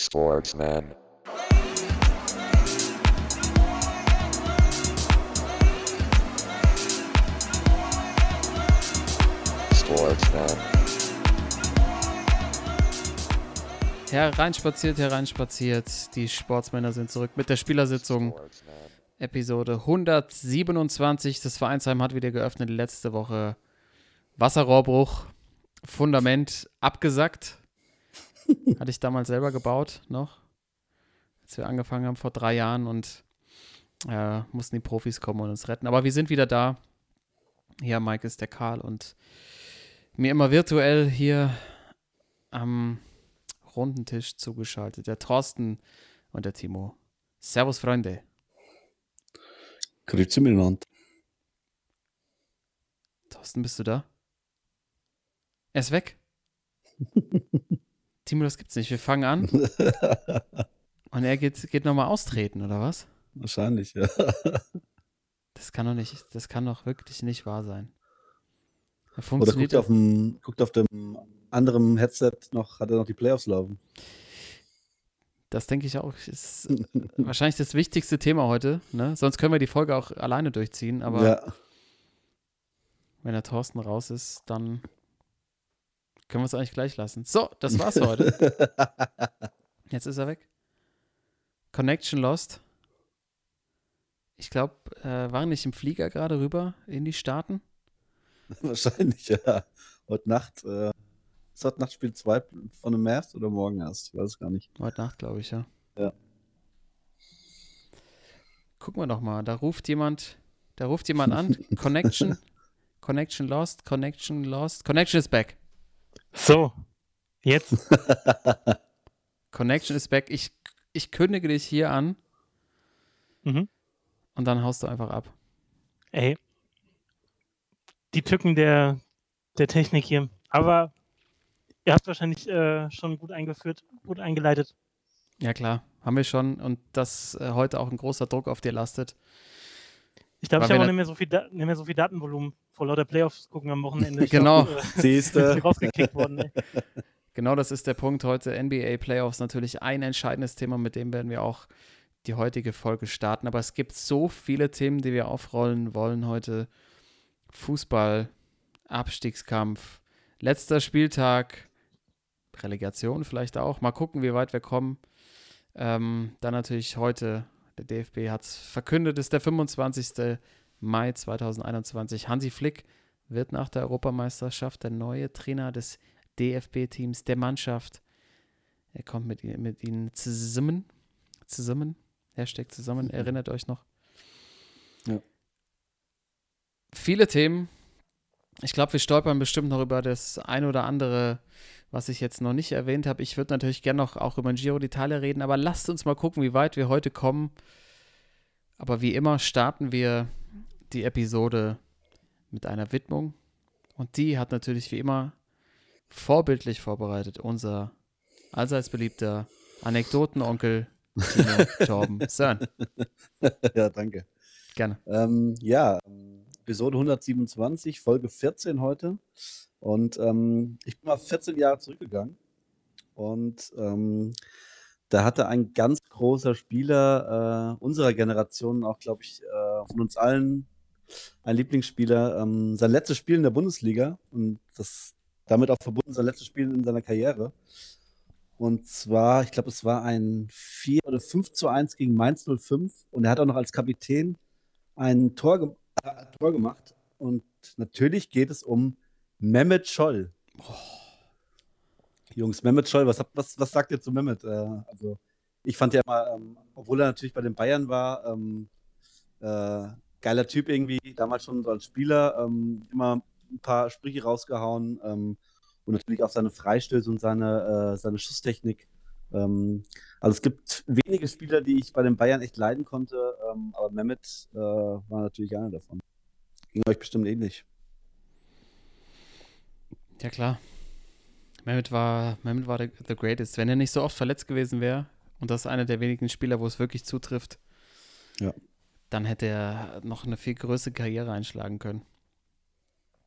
Sportsman. Sportsman. Hereinspaziert. Die Sportsmänner sind zurück mit der Spielersitzung. Episode 127. Das Vereinsheim hat wieder geöffnet. Letzte Woche Wasserrohrbruch. Fundament abgesackt. Hatte ich damals selber gebaut noch. Als wir angefangen haben vor 3 Jahren und mussten die Profis kommen und uns retten. Aber wir sind wieder da. Hier, Mike ist der Karl und mir immer virtuell hier am runden Tisch zugeschaltet. Der Thorsten und der Timo. Servus, Freunde. Grüezi miteinander. Thorsten, bist du da? Er ist weg. Timo, das gibt's nicht. Wir fangen an und er geht nochmal austreten, oder was? Wahrscheinlich, ja. Das kann doch wirklich nicht wahr sein. Oder guckt auf dem anderen Headset noch, hat er noch die Playoffs laufen. Das denke ich auch, ist wahrscheinlich das wichtigste Thema heute, ne? Sonst können wir die Folge auch alleine durchziehen, aber Ja. wenn der Thorsten raus ist, dann können wir es eigentlich gleich lassen. So, das war's für heute. Jetzt ist er weg. Connection lost. Ich glaube, waren nicht im Flieger gerade rüber in die Staaten? Wahrscheinlich, ja. Heute Nacht, ist heute Nacht Spiel 2 von den Mavs oder morgen erst? Ich weiß es gar nicht. Heute Nacht, glaube ich, ja. Ja. Gucken wir doch mal. Da ruft jemand an. Connection lost. Connection is back. So, jetzt. Connection is back. Ich kündige dich hier an Mhm. und dann haust du einfach ab. Ey. Die Tücken der Technik hier. Aber ihr habt wahrscheinlich schon gut eingeführt, gut eingeleitet. Ja, klar. Haben wir schon. Und dass heute auch ein großer Druck auf dir lastet. Ich glaube, Weil ich habe wir auch nicht mehr so viel Datenvolumen vor lauter Playoffs gucken am Wochenende. Genau. Siehst Bin du? ich rausgekickt worden. Ey. Genau, das ist der Punkt heute. NBA Playoffs natürlich ein entscheidendes Thema, mit dem werden wir auch die heutige Folge starten. Aber es gibt so viele Themen, die wir aufrollen wollen heute. Fußball, Abstiegskampf, letzter Spieltag, Relegation vielleicht auch. Mal gucken, wie weit wir kommen. Dann natürlich heute, der DFB hat es verkündet, ist der 25. Mai 2021. Hansi Flick wird nach der Europameisterschaft der neue Trainer des DFB-Teams, der Mannschaft. Er kommt mit ihnen zusammen. Hashtag zusammen, erinnert euch noch. Ja. Viele Themen. Ich glaube, wir stolpern bestimmt noch über das ein oder andere, was ich jetzt noch nicht erwähnt habe. Ich würde natürlich gerne noch auch über den Giro d'Italia reden, aber lasst uns mal gucken, wie weit wir heute kommen. Aber wie immer starten wir die Episode mit einer Widmung. Und die hat natürlich wie immer vorbildlich vorbereitet unser allseits beliebter Anekdotenonkel Timo Torben Sören. Ja, danke. Gerne. Ja, Episode 127, Folge 14 heute. Und ich bin mal 14 Jahre zurückgegangen. Und da hatte ein ganz großer Spieler unserer Generation, auch glaube ich von uns allen, ein Lieblingsspieler, sein letztes Spiel in der Bundesliga und das damit auch verbunden sein letztes Spiel in seiner Karriere. Und zwar, ich glaube, es war ein 4 oder 5:1 gegen Mainz 05 und er hat auch noch als Kapitän ein Tor gemacht. Und natürlich geht es um Mehmet Scholl. Jungs, Mehmet Scholl, was sagt ihr zu Mehmet? Also, ich fand ja immer, obwohl er natürlich bei den Bayern war, geiler Typ irgendwie, damals schon so als Spieler, immer ein paar Sprüche rausgehauen und natürlich auch seine Freistöße und seine Schusstechnik. Also es gibt wenige Spieler, die ich bei den Bayern echt leiden konnte, aber Mehmet war natürlich einer davon. Ging euch bestimmt ähnlich. Ja, klar. Mehmet war the greatest. Wenn er nicht so oft verletzt gewesen wäre, und das ist einer der wenigen Spieler, wo es wirklich zutrifft, Ja. dann hätte er noch eine viel größere Karriere einschlagen können.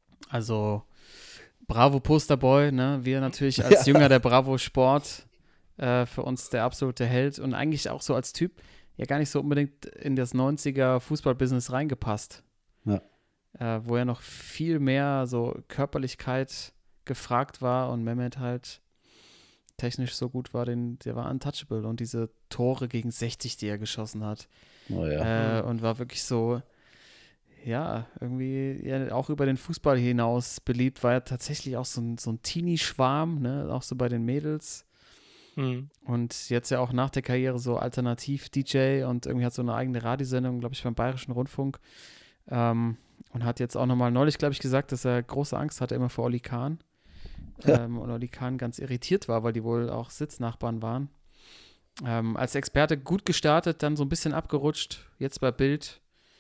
Also, Bravo Posterboy, ne? Wir natürlich als Jünger der Bravo Sport für uns der absolute Held und eigentlich auch so als Typ ja gar nicht so unbedingt in das 90er Fußballbusiness reingepasst. Ja. Wo ja noch viel mehr so Körperlichkeit gefragt war und Mehmet halt technisch so gut war, der war untouchable und diese Tore gegen 60, die er geschossen hat Oh ja. und war wirklich so, ja, irgendwie ja, auch über den Fußball hinaus beliebt, war ja tatsächlich auch so ein Teenie-Schwarm, ne, auch so bei den Mädels Mhm. und jetzt ja auch nach der Karriere so Alternativ-DJ und irgendwie hat so eine eigene Radiosendung, glaube ich, beim Bayerischen Rundfunk und hat jetzt auch nochmal neulich, glaube ich, gesagt, dass er große Angst hatte immer vor Oli Kahn. Und Oli Kahn ganz irritiert war, weil die wohl auch Sitznachbarn waren. Als Experte gut gestartet, dann so ein bisschen abgerutscht. Jetzt bei Bild,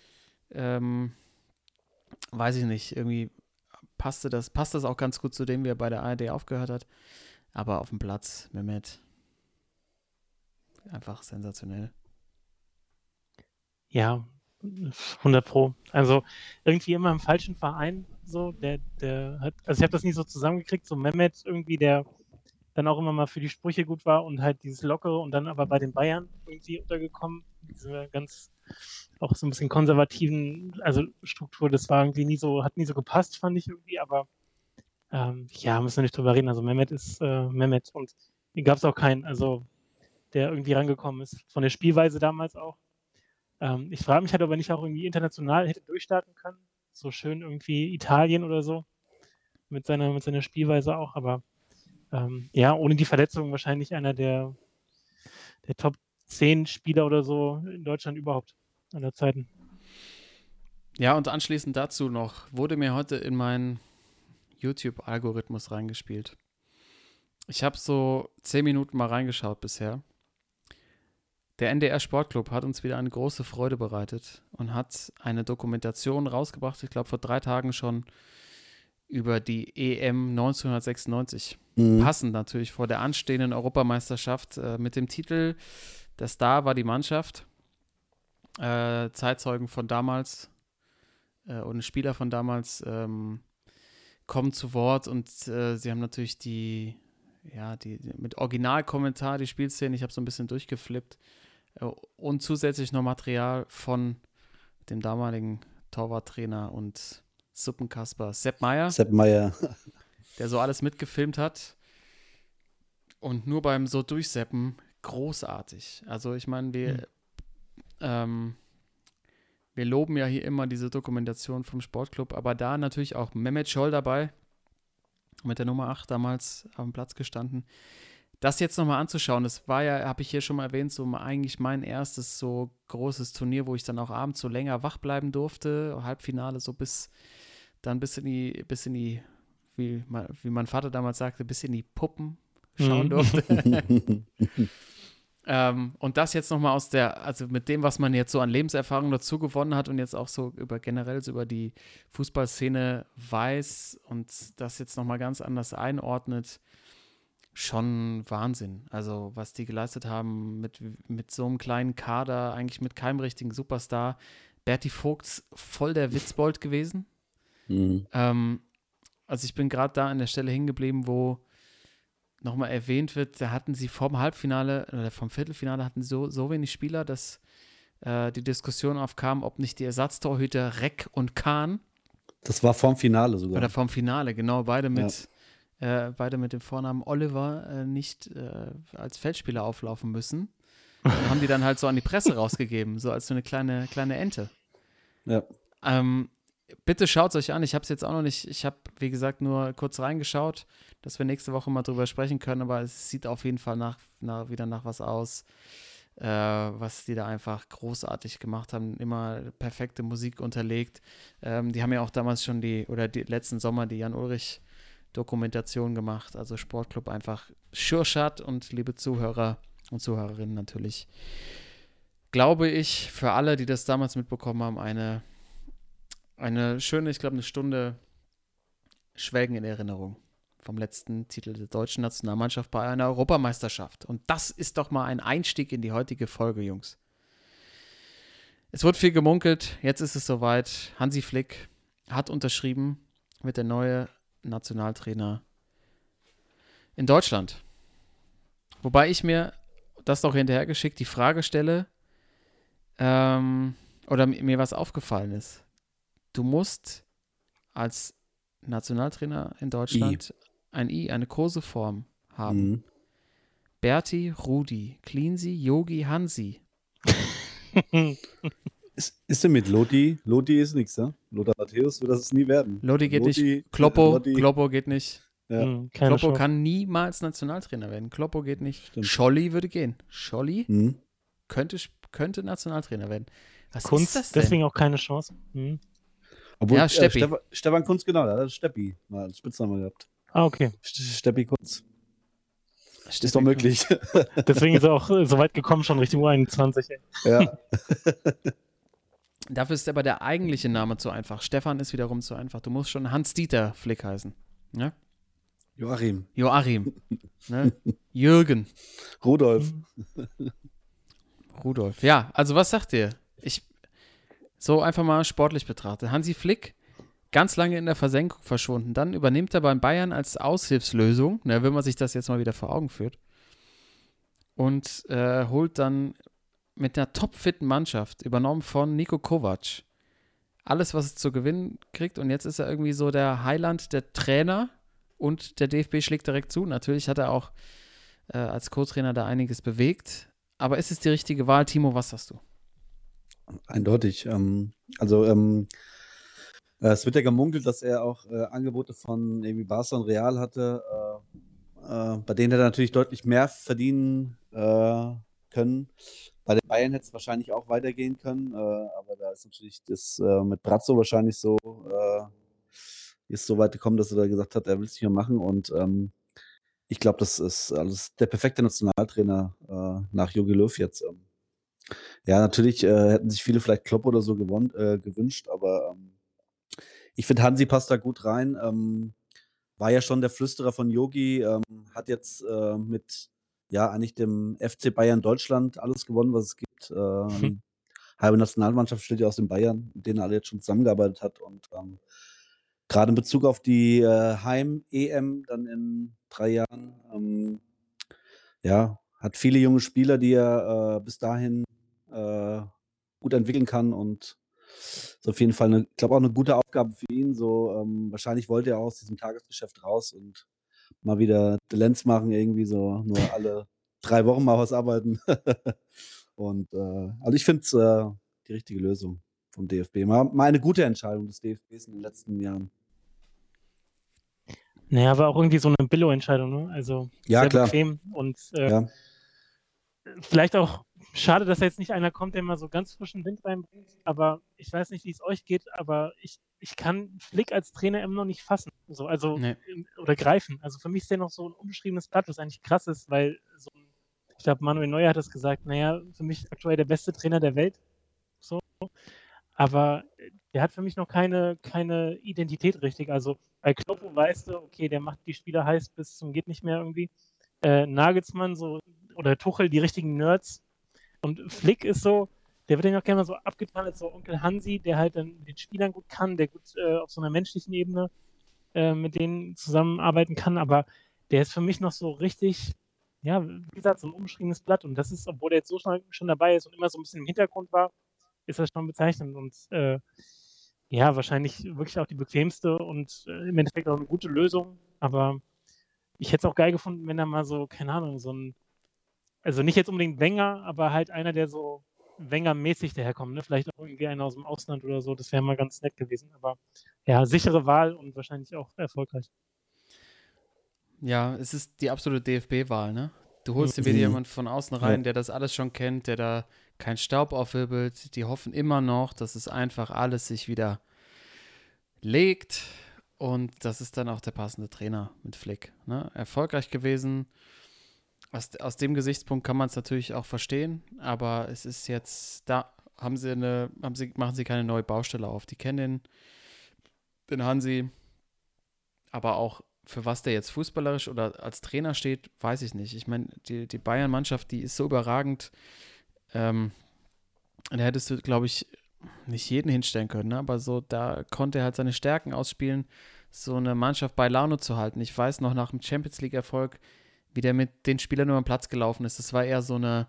weiß ich nicht, irgendwie passt das auch ganz gut zu dem, wie er bei der ARD aufgehört hat. Aber auf dem Platz, Mehmet, einfach sensationell. Ja, 100 Pro. Also irgendwie immer im falschen Verein, so, der hat, also ich habe das nie so zusammengekriegt, so Mehmet irgendwie, der dann auch immer mal für die Sprüche gut war und halt dieses Lockere und dann aber bei den Bayern irgendwie untergekommen, diese ganz, auch so ein bisschen konservativen, also Struktur, das war irgendwie hat nie so gepasst, fand ich irgendwie, aber ja, müssen wir nicht drüber reden, also Mehmet ist Mehmet und hier gab es auch keinen, also der irgendwie rangekommen ist, von der Spielweise damals auch. Ich frage mich halt, ob er nicht auch irgendwie international hätte durchstarten können. So schön irgendwie Italien oder so. Mit seiner Spielweise auch. Aber ja, ohne die Verletzung wahrscheinlich einer der Top 10 Spieler oder so in Deutschland überhaupt aller Zeiten. Ja, und anschließend dazu noch, wurde mir heute in meinen YouTube-Algorithmus reingespielt. Ich habe so 10 Minuten mal reingeschaut bisher. Der NDR Sportclub hat uns wieder eine große Freude bereitet und hat eine Dokumentation rausgebracht, ich glaube vor 3 Tagen schon, über die EM 1996. Passend natürlich vor der anstehenden Europameisterschaft mit dem Titel Der Star war die Mannschaft. Zeitzeugen von damals und Spieler von damals kommen zu Wort und sie haben natürlich die mit Originalkommentar die Spielszene, ich habe so ein bisschen durchgeflippt, und zusätzlich noch Material von dem damaligen Torwarttrainer und Suppenkasper Sepp Maier, der so alles mitgefilmt hat. Und nur beim so Durchseppen großartig. Also ich meine, wir loben ja hier immer diese Dokumentation vom Sportclub, aber da natürlich auch Mehmet Scholl dabei, mit der Nummer 8 damals auf dem Platz gestanden. Das jetzt nochmal anzuschauen, das war ja, habe ich hier schon mal erwähnt, so eigentlich mein erstes so großes Turnier, wo ich dann auch abends so länger wach bleiben durfte. Halbfinale so bis in die, wie mein Vater damals sagte, bis in die Puppen schauen durfte. Und das jetzt nochmal also mit dem, was man jetzt so an Lebenserfahrung dazu gewonnen hat und jetzt auch so generell so über die Fußballszene weiß und das jetzt nochmal ganz anders einordnet, schon Wahnsinn. Also was die geleistet haben mit so einem kleinen Kader, eigentlich mit keinem richtigen Superstar. Berti Vogts voll der Witzbold gewesen. Also ich bin gerade da an der Stelle hingeblieben, wo nochmal erwähnt wird, da hatten sie vom Halbfinale oder vom Viertelfinale hatten so wenig Spieler, dass die Diskussion aufkam, ob nicht die Ersatztorhüter Reck und Kahn. Das war vorm Finale sogar. Oder vom Finale, genau, beide mit dem Vornamen Oliver nicht als Feldspieler auflaufen müssen. Und haben die dann halt so an die Presse rausgegeben, so als so eine kleine Ente. Ja. Bitte schaut es euch an. Ich habe es jetzt auch noch nicht, ich habe, wie gesagt, nur kurz reingeschaut, dass wir nächste Woche mal drüber sprechen können, aber es sieht auf jeden Fall wieder nach was aus, was die da einfach großartig gemacht haben. Immer perfekte Musik unterlegt. Die haben ja auch damals schon die letzten Sommer die Jan-Ulrich-Dokumentation gemacht. Also Sportclub einfach Schurschat und liebe Zuhörer und Zuhörerinnen natürlich. Glaube ich, für alle, die das damals mitbekommen haben, eine schöne, ich glaube, eine Stunde Schwelgen in Erinnerung vom letzten Titel der deutschen Nationalmannschaft bei einer Europameisterschaft. Und das ist doch mal ein Einstieg in die heutige Folge, Jungs. Es wird viel gemunkelt, jetzt ist es soweit. Hansi Flick hat unterschrieben, wird der neue Nationaltrainer in Deutschland. Wobei ich mir das doch hinterhergeschickt die Frage stelle, oder mir was aufgefallen ist. Du musst als Nationaltrainer in Deutschland eine Koseform haben. Mhm. Berti, Rudi, Cleansy, Yogi, Hansi. Ist denn mit Lodi? Lodi ist nichts, ne? Lothar Matthäus wird das nie werden. Lodi geht Lodi, nicht. Kloppo Lodi. geht nicht. Ja, Keine Kloppo Chance. kann niemals Nationaltrainer werden. Kloppo geht nicht. Stimmt. Scholli würde gehen. Scholli Mhm. könnte Nationaltrainer werden. Was Kunst, ist das denn? deswegen auch keine Chance. Obwohl, Ja, Steppi. Stefan Kunz, genau, der hat Steppi mal als Spitzname gehabt. Ah, okay. Steppi Kunz. Steppi Ist doch möglich. Deswegen ist er auch so weit gekommen, schon Richtung U21. Ey. Ja. Dafür ist aber der eigentliche Name zu einfach. Stefan ist wiederum zu einfach. Du musst schon Hans-Dieter Flick heißen. Ja? Joachim. Joachim. Ne? Jürgen. Rudolf. Rudolf. Ja, also was sagt ihr? So einfach mal sportlich betrachtet. Hansi Flick, ganz lange in der Versenkung verschwunden. Dann übernimmt er beim Bayern als Aushilfslösung, ne, wenn man sich das jetzt mal wieder vor Augen führt. Und holt dann mit einer topfitten Mannschaft, übernommen von Niko Kovac, alles, was es zu gewinnen kriegt. Und jetzt ist er irgendwie so der Heiland, der Trainer. Und der DFB schlägt direkt zu. Natürlich hat er auch als Co-Trainer da einiges bewegt. Aber ist es die richtige Wahl? Timo, was sagst du? Eindeutig. Es wird ja gemunkelt, dass er auch Angebote von irgendwie Barca und Real hatte, bei denen er natürlich deutlich mehr verdienen können. Bei den Bayern hätte es wahrscheinlich auch weitergehen können, aber da ist natürlich das mit Brazzo wahrscheinlich so, ist so weit gekommen, dass er da gesagt hat, er will es nicht mehr machen. Und ich glaube, das ist der perfekte Nationaltrainer nach Jogi Löw jetzt. Ja, natürlich hätten sich viele vielleicht Klopp oder so gewünscht, aber ich finde, Hansi passt da gut rein. War ja schon der Flüsterer von Yogi, hat jetzt mit eigentlich dem FC Bayern Deutschland alles gewonnen, was es gibt. Die halbe Nationalmannschaft steht ja aus den Bayern, mit denen er alle jetzt schon zusammengearbeitet hat. Und gerade in Bezug auf die Heim-EM dann in 3 Jahren, hat viele junge Spieler, die er bis dahin gut entwickeln kann, und ist auf jeden Fall ich glaube auch eine gute Aufgabe für ihn. So, wahrscheinlich wollte er auch aus diesem Tagesgeschäft raus und mal wieder Lenz machen, irgendwie so nur alle 3 Wochen mal was arbeiten. Und also ich finde es die richtige Lösung vom DFB. Mal eine gute Entscheidung des DFBs in den letzten Jahren. Naja, war auch irgendwie so eine Billo-Entscheidung, ne? Also Ja, sehr klar. bequem und Ja. vielleicht auch schade, dass da jetzt nicht einer kommt, der mal so ganz frischen Wind reinbringt. Aber ich weiß nicht, wie es euch geht, aber ich kann Flick als Trainer immer noch nicht fassen. So, also, Nee. oder greifen. Also für mich ist der noch so ein unbeschriebenes Blatt, was eigentlich krass ist, weil ich glaube, Manuel Neuer hat das gesagt, naja, für mich aktuell der beste Trainer der Welt. So. Aber der hat für mich noch keine Identität richtig. Also bei Kloppo weißt du, okay, der macht die Spieler heiß bis zum geht nicht mehr irgendwie. Nagelsmann so oder Tuchel, die richtigen Nerds. Und Flick ist so, der wird ja noch gerne mal so abgetan als so Onkel Hansi, der halt dann mit den Spielern gut kann, der gut auf so einer menschlichen Ebene mit denen zusammenarbeiten kann, aber der ist für mich noch so richtig, ja, wie gesagt, so ein unbeschriebenes Blatt. Und das ist, obwohl der jetzt so schon dabei ist und immer so ein bisschen im Hintergrund war, ist das schon bezeichnend. Und wahrscheinlich wirklich auch die bequemste und im Endeffekt auch eine gute Lösung. Aber ich hätte es auch geil gefunden, wenn er mal so, keine Ahnung, also nicht jetzt unbedingt Wenger, aber halt einer, der so Wenger-mäßig daherkommt, ne? Vielleicht auch irgendwie einer aus dem Ausland oder so, das wäre mal ganz nett gewesen. Aber ja, sichere Wahl und wahrscheinlich auch erfolgreich. Ja, es ist die absolute DFB-Wahl, ne? Du holst dir wieder jemanden von außen rein, der das alles schon kennt, der da keinen Staub aufwirbelt. Die hoffen immer noch, dass es einfach alles sich wieder legt. Und das ist dann auch der passende Trainer mit Flick. Ne? Erfolgreich gewesen. Aus dem Gesichtspunkt kann man es natürlich auch verstehen, aber es ist jetzt, da machen sie keine neue Baustelle auf. Die kennen den Hansi, aber auch für was der jetzt fußballerisch oder als Trainer steht, weiß ich nicht. Ich meine, die Bayern-Mannschaft, die ist so überragend, da hättest du, glaube ich, nicht jeden hinstellen können, ne? Aber so, da konnte er halt seine Stärken ausspielen, so eine Mannschaft bei Laune zu halten. Ich weiß noch, nach dem Champions-League-Erfolg, wie der mit den Spielern über den Platz gelaufen ist. Das war eher so ein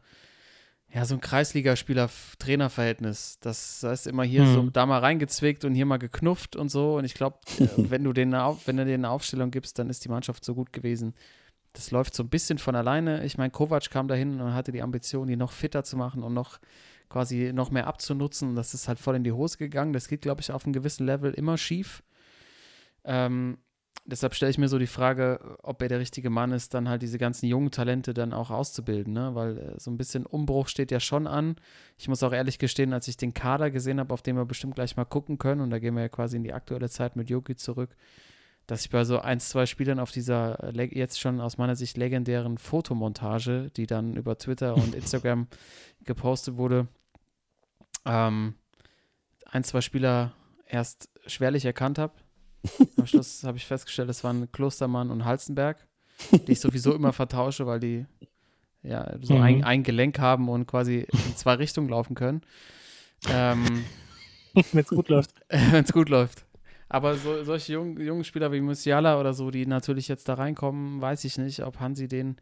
Kreisligaspieler-Trainer-Verhältnis. Das heißt immer hier so da mal reingezwickt und hier mal geknufft und so. Und ich glaube, wenn du denen eine Aufstellung gibst, dann ist die Mannschaft so gut gewesen. Das läuft so ein bisschen von alleine. Ich meine, Kovac kam dahin und hatte die Ambition, die noch fitter zu machen und noch quasi noch mehr abzunutzen. Das ist halt voll in die Hose gegangen. Das geht, glaube ich, auf einem gewissen Level immer schief. Deshalb stelle ich mir so die Frage, ob er der richtige Mann ist, dann halt diese ganzen jungen Talente dann auch auszubilden, ne? Weil so ein bisschen Umbruch steht ja schon an. Ich muss auch ehrlich gestehen, als ich den Kader gesehen habe, auf den wir bestimmt gleich mal gucken können, und da gehen wir ja quasi in die aktuelle Zeit mit Jogi zurück, dass ich bei so 1-2 Spielern auf dieser jetzt schon aus meiner Sicht legendären Fotomontage, die dann über Twitter und Instagram gepostet wurde, 1-2 Spieler erst schwerlich erkannt habe. Am Schluss habe ich festgestellt, es waren Klostermann und Halstenberg, die ich sowieso immer vertausche, weil die ja so ein Gelenk haben und quasi in 2 Richtungen laufen können. Wenn es gut läuft. Wenn es gut läuft. Aber solche jungen Spieler wie Musiala oder so, die natürlich jetzt da reinkommen, weiß ich nicht, ob Hansi den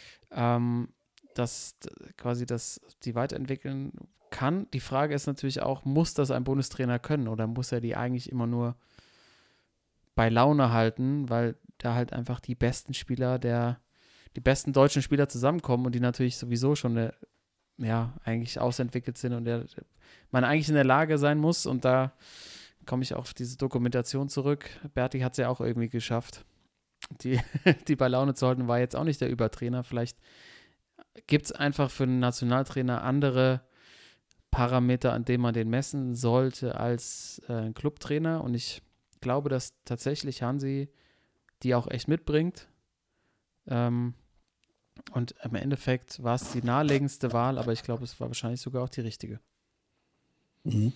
die weiterentwickeln kann. Die Frage ist natürlich auch, muss das ein Bundestrainer können oder muss er die eigentlich immer nur bei Laune halten, weil da halt einfach die besten besten deutschen Spieler zusammenkommen und die natürlich sowieso schon eigentlich ausentwickelt sind und man eigentlich in der Lage sein muss, und da komme ich auf diese Dokumentation zurück. Berti hat es ja auch irgendwie geschafft, die bei Laune zu halten, war jetzt auch nicht der Übertrainer. Vielleicht gibt es einfach für einen Nationaltrainer andere Parameter, an denen man den messen sollte als ein Clubtrainer, und ich glaube, dass tatsächlich Hansi die auch echt mitbringt. Und im Endeffekt war es die naheliegendste Wahl, aber ich glaube, es war wahrscheinlich sogar auch die richtige. Mhm.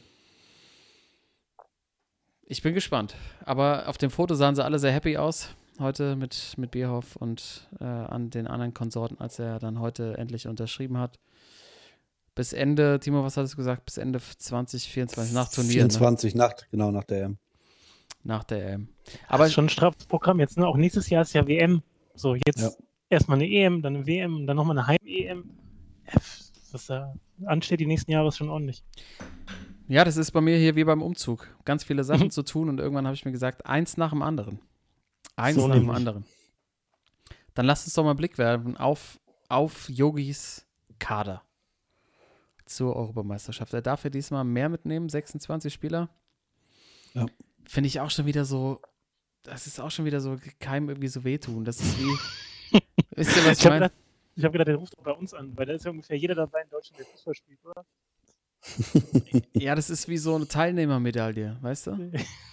Ich bin gespannt. Aber auf dem Foto sahen sie alle sehr happy aus. Heute mit Bierhoff und an den anderen Konsorten, als er dann heute endlich unterschrieben hat. Bis Ende, Timo, was hattest du gesagt? Bis Ende 2024, nach Turnier. 24, nach der EM. Nach der EM. Aber das ist schon ein straffes Programm jetzt, ne? Auch nächstes Jahr ist ja WM. So, jetzt erstmal eine EM, dann eine WM und dann nochmal eine Heim-EM. Was da ansteht die nächsten Jahre ist schon ordentlich. Ja, das ist bei mir hier wie beim Umzug. Ganz viele Sachen zu tun, und irgendwann habe ich mir gesagt, eins nach dem anderen. Dem anderen. Dann lasst uns doch mal einen Blick werfen auf Yogis Kader zur Europameisterschaft. Er darf ja diesmal mehr mitnehmen, 26 Spieler. Ja. Finde ich auch schon wieder so, das ist auch schon wieder so, keinem irgendwie so wehtun. Das ist wie, wisst ihr, was ich meine? Ich habe gedacht, der ruft doch bei uns an, weil da ist ja ungefähr jeder dabei in Deutschland, der Fußball spielt, oder? Ja, das ist wie so eine Teilnehmermedaille, weißt du?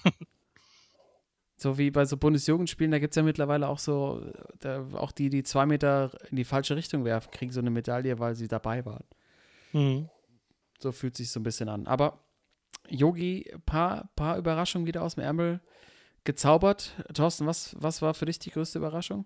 So wie bei so Bundesjugendspielen, da gibt es ja mittlerweile auch so, auch die 2 Meter in die falsche Richtung werfen, kriegen so eine Medaille, weil sie dabei waren. Mhm. So fühlt sich so ein bisschen an. Aber Yogi, paar Überraschungen wieder aus dem Ärmel gezaubert. Thorsten, was war für dich die größte Überraschung?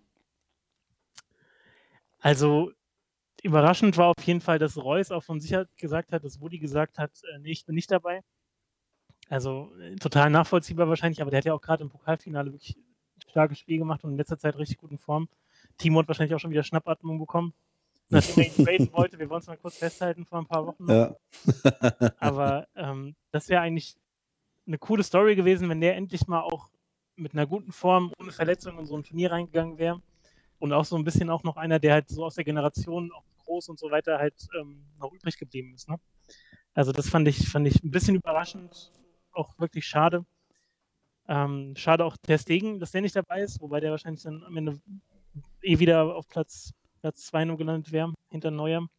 Also, überraschend war auf jeden Fall, dass Reus auch von sich gesagt hat, dass Woody gesagt hat, nee, ich bin nicht dabei. Also, total nachvollziehbar wahrscheinlich, aber der hat ja auch gerade im Pokalfinale wirklich ein starkes Spiel gemacht und in letzter Zeit richtig gut in Form. Timo hat wahrscheinlich auch schon wieder Schnappatmung bekommen, nachdem er ihn traden wollte. Wir wollen es mal kurz festhalten vor ein paar Wochen noch. Ja. Aber das wäre eigentlich eine coole Story gewesen, wenn der endlich mal auch mit einer guten Form, ohne Verletzungen in so ein Turnier reingegangen wäre. Und auch so ein bisschen auch noch einer, der halt so aus der Generation, auch groß und so weiter, halt noch übrig geblieben ist. Ne? Also das fand ich ein bisschen überraschend, auch wirklich schade. Schade auch Ter Stegen, dass der nicht dabei ist, wobei der wahrscheinlich dann am Ende wieder auf Platz 2 nur gelandet wäre, hinter Neuer.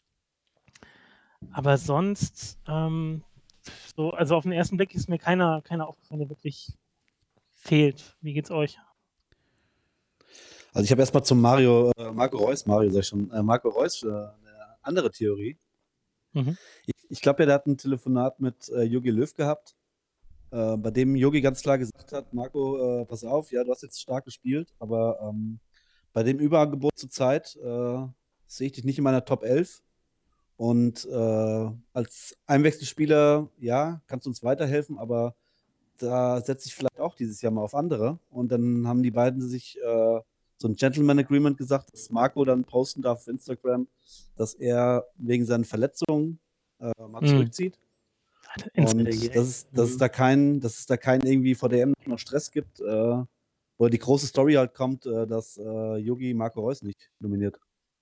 Aber sonst, so, also auf den ersten Blick ist mir keiner aufgefallen, der wirklich fehlt. Wie geht's euch? Also ich habe erstmal zum Marco Reus eine andere Theorie. Mhm. Ich glaube ja, der hat ein Telefonat mit Jogi Löw gehabt, bei dem Jogi ganz klar gesagt hat, Marco, pass auf, ja, du hast jetzt stark gespielt, aber bei dem Überangebot zur Zeit sehe ich dich nicht in meiner Top 11. Und als Einwechselspieler, ja, kannst du uns weiterhelfen, aber da setze ich vielleicht auch dieses Jahr mal auf andere. Und dann haben die beiden sich so ein Gentleman Agreement gesagt, dass Marco dann posten darf auf Instagram, dass er wegen seinen Verletzungen mal zurückzieht. Und dass es da keinen irgendwie vor der EM noch Stress gibt, wo die große Story halt kommt, dass Yogi Marco Reus nicht nominiert.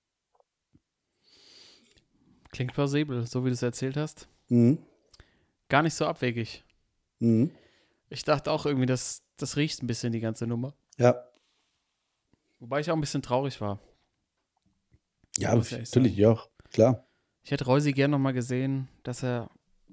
Klingt plausibel, so wie du es erzählt hast. Mhm. Gar nicht so abwegig. Mhm. Ich dachte auch irgendwie, das riecht ein bisschen, die ganze Nummer. Ja. Wobei ich auch ein bisschen traurig war. Ja, Muss ich ehrlich natürlich, sagen. ja, klar. Ich hätte Reusi gern nochmal gesehen, dass er,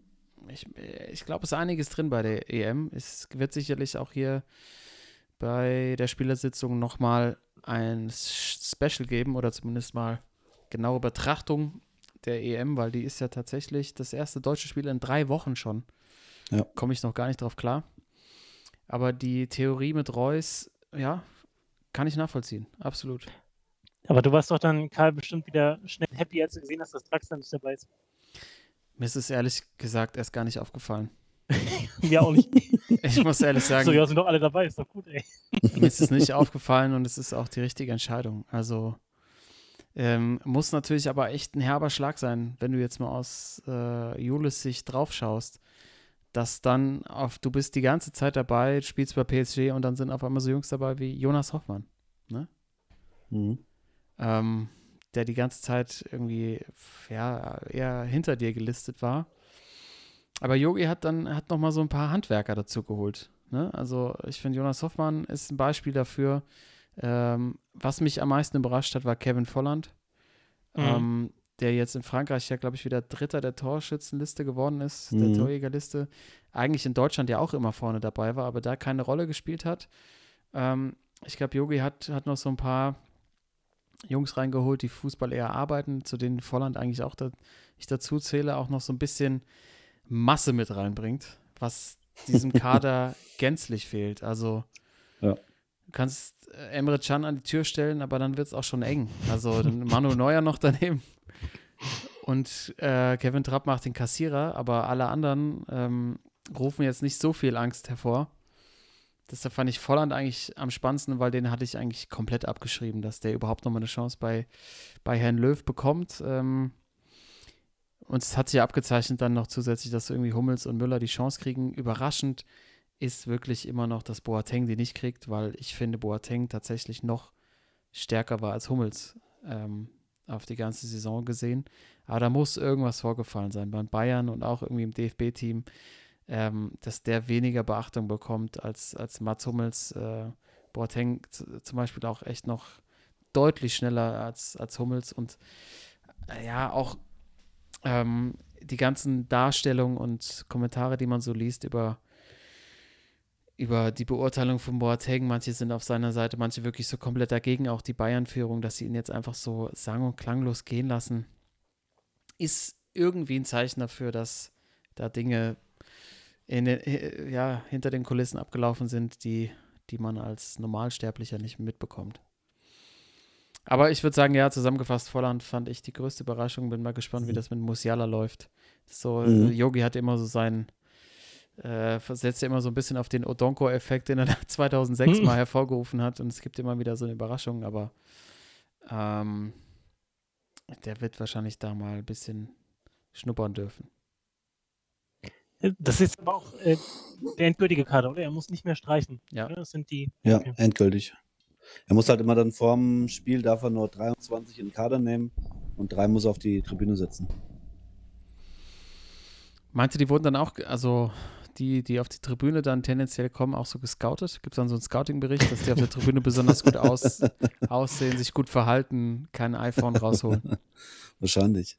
ich glaube, es ist einiges drin bei der EM. Es wird sicherlich auch hier bei der Spielersitzung nochmal ein Special geben oder zumindest mal genaue Betrachtung der EM, weil die ist ja tatsächlich das erste deutsche Spiel in 3 Wochen schon. Ja. Komme ich noch gar nicht drauf klar. Aber die Theorie mit Reus, ja, kann ich nachvollziehen. Absolut. Aber du warst doch dann, Karl, bestimmt wieder schnell happy, als du gesehen hast, dass Draxler nicht dabei ist. Mir ist es ehrlich gesagt erst gar nicht aufgefallen. Mir auch nicht. Ich muss ehrlich sagen, So, ja, sind doch alle dabei, ist doch gut, ey. mir ist es nicht aufgefallen und es ist auch die richtige Entscheidung. Also muss natürlich aber echt ein herber Schlag sein, wenn du jetzt mal aus Jules Sicht drauf schaust, dass dann du bist die ganze Zeit dabei, spielst bei PSG und dann sind auf einmal so Jungs dabei wie Jonas Hoffmann, ne? Mhm. Der die ganze Zeit irgendwie eher hinter dir gelistet war. Aber Yogi hat noch mal so ein paar Handwerker dazu geholt. Ne? Also ich finde, Jonas Hoffmann ist ein Beispiel dafür. Was mich am meisten überrascht hat, war Kevin Volland, der jetzt in Frankreich ja, glaube ich, wieder Dritter der Torschützenliste geworden ist, der Torjägerliste. Eigentlich in Deutschland ja auch immer vorne dabei war, aber da keine Rolle gespielt hat. Ich glaube, Yogi hat noch so ein paar Jungs reingeholt, die Fußball eher arbeiten, zu denen Volland eigentlich auch ich dazu zähle, auch noch so ein bisschen Masse mit reinbringt, was diesem Kader gänzlich fehlt. Also du kannst Emre Can an die Tür stellen, aber dann wird es auch schon eng. Also dann Manu Neuer noch daneben und Kevin Trapp macht den Kassierer, aber alle anderen rufen jetzt nicht so viel Angst hervor. Deshalb fand ich Volland eigentlich am spannendsten, weil den hatte ich eigentlich komplett abgeschrieben, dass der überhaupt nochmal eine Chance bei Herrn Löw bekommt. Und es hat sich ja abgezeichnet dann noch zusätzlich, dass irgendwie Hummels und Müller die Chance kriegen. Überraschend ist wirklich immer noch, dass Boateng die nicht kriegt, weil ich finde, Boateng tatsächlich noch stärker war als Hummels auf die ganze Saison gesehen. Aber da muss irgendwas vorgefallen sein beim Bayern und auch irgendwie im DFB-Team, dass der weniger Beachtung bekommt als Mats Hummels. Boateng zum Beispiel auch echt noch deutlich schneller als Hummels und auch die ganzen Darstellungen und Kommentare, die man so liest über die Beurteilung von Boateng. Manche sind auf seiner Seite, manche wirklich so komplett dagegen. Auch die Bayern-Führung, dass sie ihn jetzt einfach so sang- und klanglos gehen lassen, ist irgendwie ein Zeichen dafür, dass da Dinge hinter den Kulissen abgelaufen sind, die man als Normalsterblicher nicht mitbekommt. Aber ich würde sagen, ja, zusammengefasst, Volland fand ich die größte Überraschung. Bin mal gespannt, wie das mit Musiala läuft. So, Yogi hat immer so setzt ja immer so ein bisschen auf den Odonko-Effekt, den er 2006 mal hervorgerufen hat. Und es gibt immer wieder so eine Überraschung, aber der wird wahrscheinlich da mal ein bisschen schnuppern dürfen. Das ist aber auch der endgültige Kader, oder? Er muss nicht mehr streichen. Ja. Oder? Das sind die. Ja, okay. endgültig. Er muss halt immer dann vorm Spiel, darf er nur 23 in den Kader nehmen und 3 muss er auf die Tribüne setzen. Meinst du, die wurden dann auch, also die auf die Tribüne dann tendenziell kommen, auch so gescoutet? Gibt es dann so einen Scouting-Bericht, dass die auf der Tribüne besonders gut aussehen, sich gut verhalten, kein iPhone rausholen? Wahrscheinlich.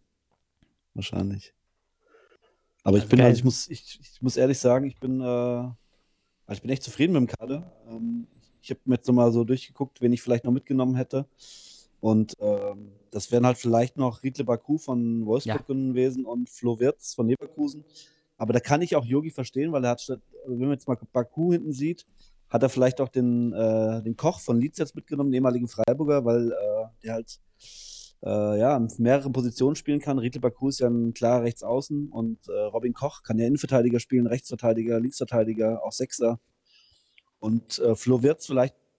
Aber ich bin, also ich muss ehrlich sagen, ich bin echt zufrieden mit dem Kader. Ich habe mir jetzt nochmal so durchgeguckt, wen ich vielleicht noch mitgenommen hätte. Und das wären halt vielleicht noch Riedle Baku von Wolfsburg gewesen und Flo Wirtz von Leverkusen. Aber da kann ich auch Yogi verstehen, weil er hat wenn man jetzt mal Baku hinten sieht, hat er vielleicht auch den Koch von Leeds jetzt mitgenommen, den ehemaligen Freiburger, weil der halt in mehreren Positionen spielen kann. Riedle Baku ist ja ein klarer Rechtsaußen und Robin Koch kann ja Innenverteidiger spielen, Rechtsverteidiger, Linksverteidiger, auch Sechser. Und Flo Wirtz vielleicht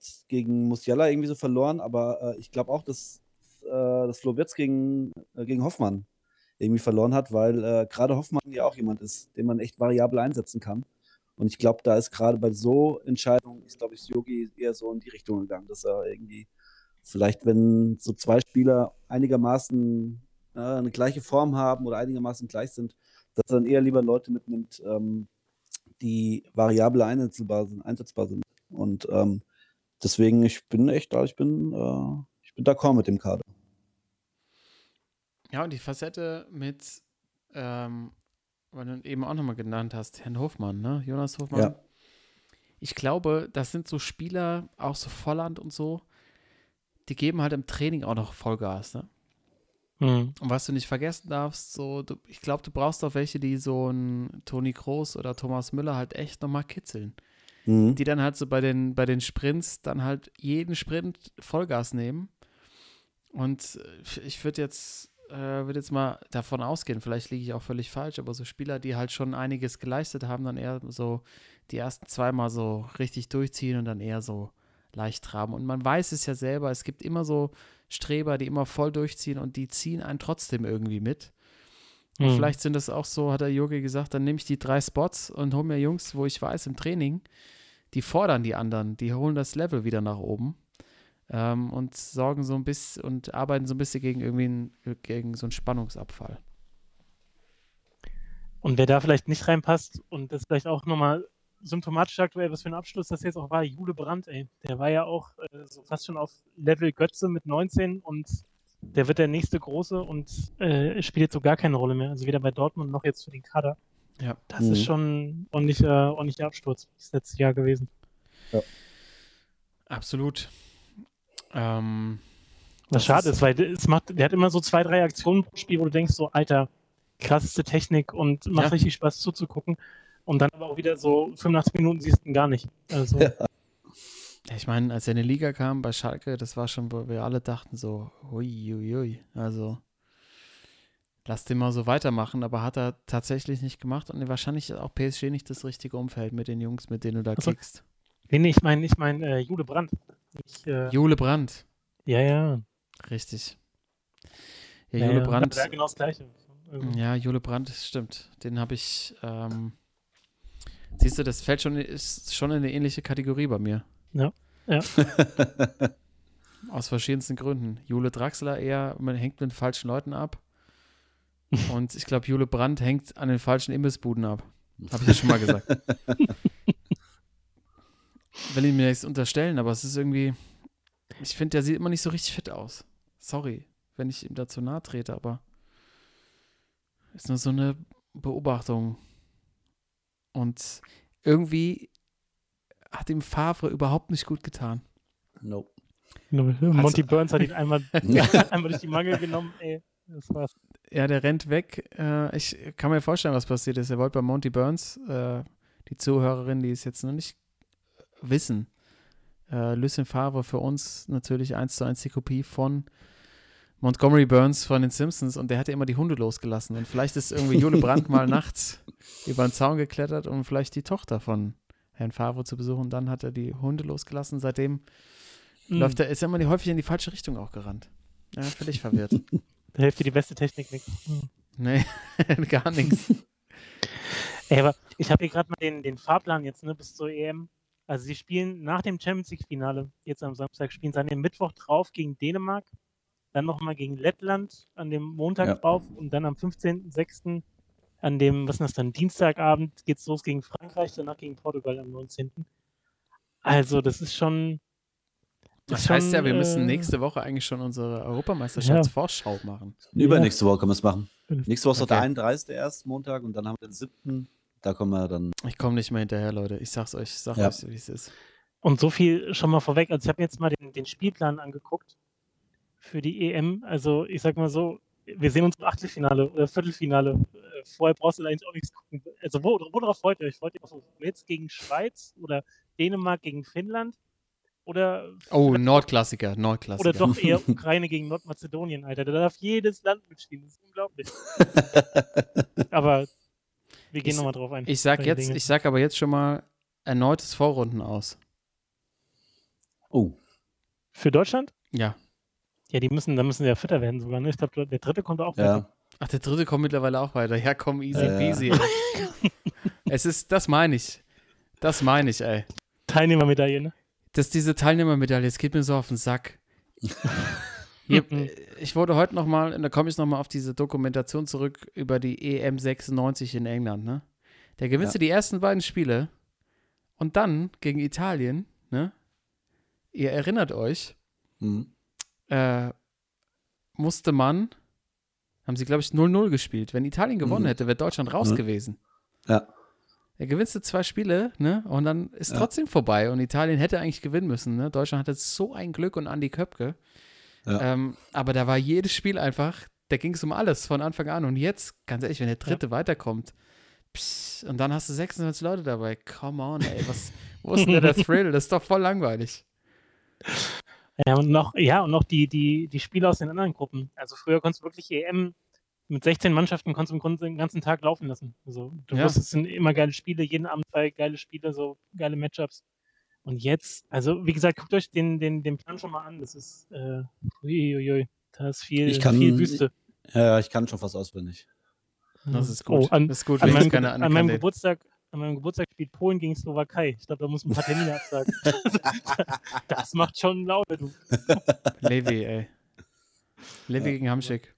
gegen Musiala irgendwie so verloren, aber ich glaube auch, dass Flo Wirtz gegen Hoffmann irgendwie verloren hat, weil gerade Hoffmann ja auch jemand ist, den man echt variabel einsetzen kann. Und ich glaube, da ist gerade bei so Entscheidungen, ist, glaube ich, Yogi eher so in die Richtung gegangen, dass er irgendwie vielleicht, wenn so zwei Spieler einigermaßen eine gleiche Form haben oder einigermaßen gleich sind, dass er dann eher lieber Leute mitnimmt, die variabel einsetzbar sind. Und deswegen, ich bin d'accord mit dem Kader. Ja, und die Facette mit, weil du eben auch nochmal genannt hast, Herrn Hofmann, ne? Jonas Hofmann. Ja. Ich glaube, das sind so Spieler, auch so Volland und so, die geben halt im Training auch noch Vollgas, ne? Und was du nicht vergessen darfst, ich glaube, du brauchst auch welche, die so ein Toni Kroos oder Thomas Müller halt echt nochmal kitzeln. Mhm. Die dann halt so bei den Sprints dann halt jeden Sprint Vollgas nehmen. Und ich würde jetzt mal davon ausgehen, vielleicht liege ich auch völlig falsch, aber so Spieler, die halt schon einiges geleistet haben, dann eher so die ersten zweimal so richtig durchziehen und dann eher so leicht traben. Und man weiß es ja selber, es gibt immer so Streber, die immer voll durchziehen und die ziehen einen trotzdem irgendwie mit. Und vielleicht sind das auch so, hat der Jogi gesagt, dann nehme ich die 3 Spots und hole mir Jungs, wo ich weiß, im Training, die fordern die anderen, die holen das Level wieder nach oben. Und sorgen so ein bisschen und arbeiten so ein bisschen gegen so einen Spannungsabfall. Und wer da vielleicht nicht reinpasst und das vielleicht auch nochmal symptomatisch aktuell, was für ein Abschluss das jetzt auch war, Jule Brandt, ey. Der war ja auch so fast schon auf Level Götze mit 19 und der wird der nächste Große und spielt jetzt so gar keine Rolle mehr. Also weder bei Dortmund noch jetzt für den Kader. Ja. Das ist schon ordentlicher Absturz das letzte Jahr gewesen. Ja. Absolut. Was schade ist, weil der hat immer so 2, 3 Aktionen pro Spiel, wo du denkst so, Alter, krasseste Technik und macht richtig Spaß zuzugucken. Und dann aber auch wieder so 85 Minuten siehst du ihn gar nicht. Also, ich meine, als er in die Liga kam bei Schalke, das war schon, wo wir alle dachten so, hui, also lass den mal so weitermachen, aber hat er tatsächlich nicht gemacht und wahrscheinlich ist auch PSG nicht das richtige Umfeld mit den Jungs, mit denen du da kickst. Nee, ich meine Jule Brandt. Jule Brandt. Ja. Richtig. Ja, Jule Brandt. Ja, genau das Gleiche. Ja, Jule Brandt, stimmt. Den habe ich, siehst du, das ist schon in eine ähnliche Kategorie bei mir. Ja. Aus verschiedensten Gründen. Jule Draxler man hängt mit den falschen Leuten ab. Und ich glaube, Jule Brandt hängt an den falschen Imbissbuden ab. Habe ich ja schon mal gesagt. Will ich mir nichts unterstellen, aber es ist irgendwie, ich finde, der sieht immer nicht so richtig fit aus. Sorry, wenn ich ihm dazu nahe trete, aber ist nur so eine Beobachtung. Und irgendwie hat ihm Favre überhaupt nicht gut getan. Nope. Monty Burns hat ihn einmal durch die Mangel genommen, ey. Das war's. Ja, der rennt weg. Ich kann mir vorstellen, was passiert ist. Er wollte bei Monty Burns, die Zuhörerin, die es jetzt noch nicht wissen, Lucien Favre für uns natürlich 1:1 die Kopie von Montgomery Burns von den Simpsons und der hatte immer die Hunde losgelassen und vielleicht ist irgendwie Jule Brandt mal nachts über den Zaun geklettert, um vielleicht die Tochter von Herrn Favre zu besuchen. Dann hat er die Hunde losgelassen. Seitdem ist er immer häufig in die falsche Richtung auch gerannt. Ja, völlig verwirrt. Da hilft dir die beste Technik nichts. Nee, gar nichts. Ey, aber ich habe hier gerade mal den Fahrplan jetzt, bis zur EM. Also sie spielen nach dem Champions League-Finale, jetzt am Samstag, spielen sie an dem Mittwoch drauf gegen Dänemark, dann nochmal gegen Lettland an dem Montag drauf und dann am 15.06. an dem, was ist das dann, Dienstagabend geht's los gegen Frankreich, danach gegen Portugal am 19. Also das ist schon... Das heißt ja, wir müssen nächste Woche eigentlich schon unsere Europameisterschaftsvorschau machen. Übernächste Woche können wir es machen. Nächste Woche ist doch der 31. erst, Montag, und dann haben wir den 7. Da kommen wir dann... Ich komme nicht mehr hinterher, Leute. Ich sag's euch, wie es ist. Und so viel schon mal vorweg. Also ich habe jetzt mal den Spielplan angeguckt für die EM. Also ich sag mal so, wir sehen uns im Achtelfinale oder Viertelfinale. Vorher brauchst du eigentlich auch nichts gucken. Also worauf freut ihr euch? Freut ihr euch auf Wales gegen Schweiz oder Dänemark gegen Finnland? Oder Nordklassiker. Oder doch eher Ukraine gegen Nordmazedonien, Alter. Da darf jedes Land mitspielen. Das ist unglaublich. Aber wir gehen nochmal drauf ein. Ich sag aber jetzt schon mal erneutes Vorrunden aus. Oh, Für Deutschland? Ja. Ja, da müssen sie ja fitter werden sogar. Ne? Ich glaube, der dritte kommt auch weiter. ja. Ach, der dritte kommt mittlerweile auch weiter. Ja, komm, easy Ja. peasy. Ey. Das meine ich. Das meine ich, ey. Teilnehmermedaille, ne? Diese Teilnehmermedaille, es geht mir so auf den Sack. Hier, ich wurde heute nochmal, und da komme ich nochmal auf diese Dokumentation zurück über die EM 96 in England, ne? Da gewinnst du die ersten beiden Spiele und dann gegen Italien, ne? Ihr erinnert euch, Mhm. musste man, haben sie, glaube ich, 0-0 gespielt. Wenn Italien gewonnen hätte, wäre Deutschland raus gewesen. Ja. Er gewinnst du 2 Spiele, ne? Und dann ist trotzdem vorbei. Und Italien hätte eigentlich gewinnen müssen, ne? Deutschland hatte so ein Glück und Andi Köpke. Ja. Aber da war jedes Spiel einfach, da ging es um alles von Anfang an. Und jetzt, ganz ehrlich, wenn der dritte weiterkommt, und dann hast du 26 Leute dabei. Come on, ey. Wo ist denn der Thrill? Das ist doch voll langweilig. Ja, und noch die Spiele aus den anderen Gruppen. Also früher konntest du wirklich EM mit 16 Mannschaften konntest du im Grunde den ganzen Tag laufen lassen. Also du wusstest, es sind immer geile Spiele, jeden Abend 2 geile Spiele, so geile Matchups. Und jetzt, also wie gesagt, guckt euch den Plan schon mal an. Das ist, uiuiui, da ist viel Wüste. Ja, ich kann schon fast auswendig. Das ist gut. Oh, das ist gut, an wenn meinem, es keine an meinem anerkannt. Geburtstag spielt Polen gegen Slowakei. Ich glaube, da muss man ein paar Termine absagen. Das macht schon Laune, du. Levi, ey. Levi gegen Hamschick.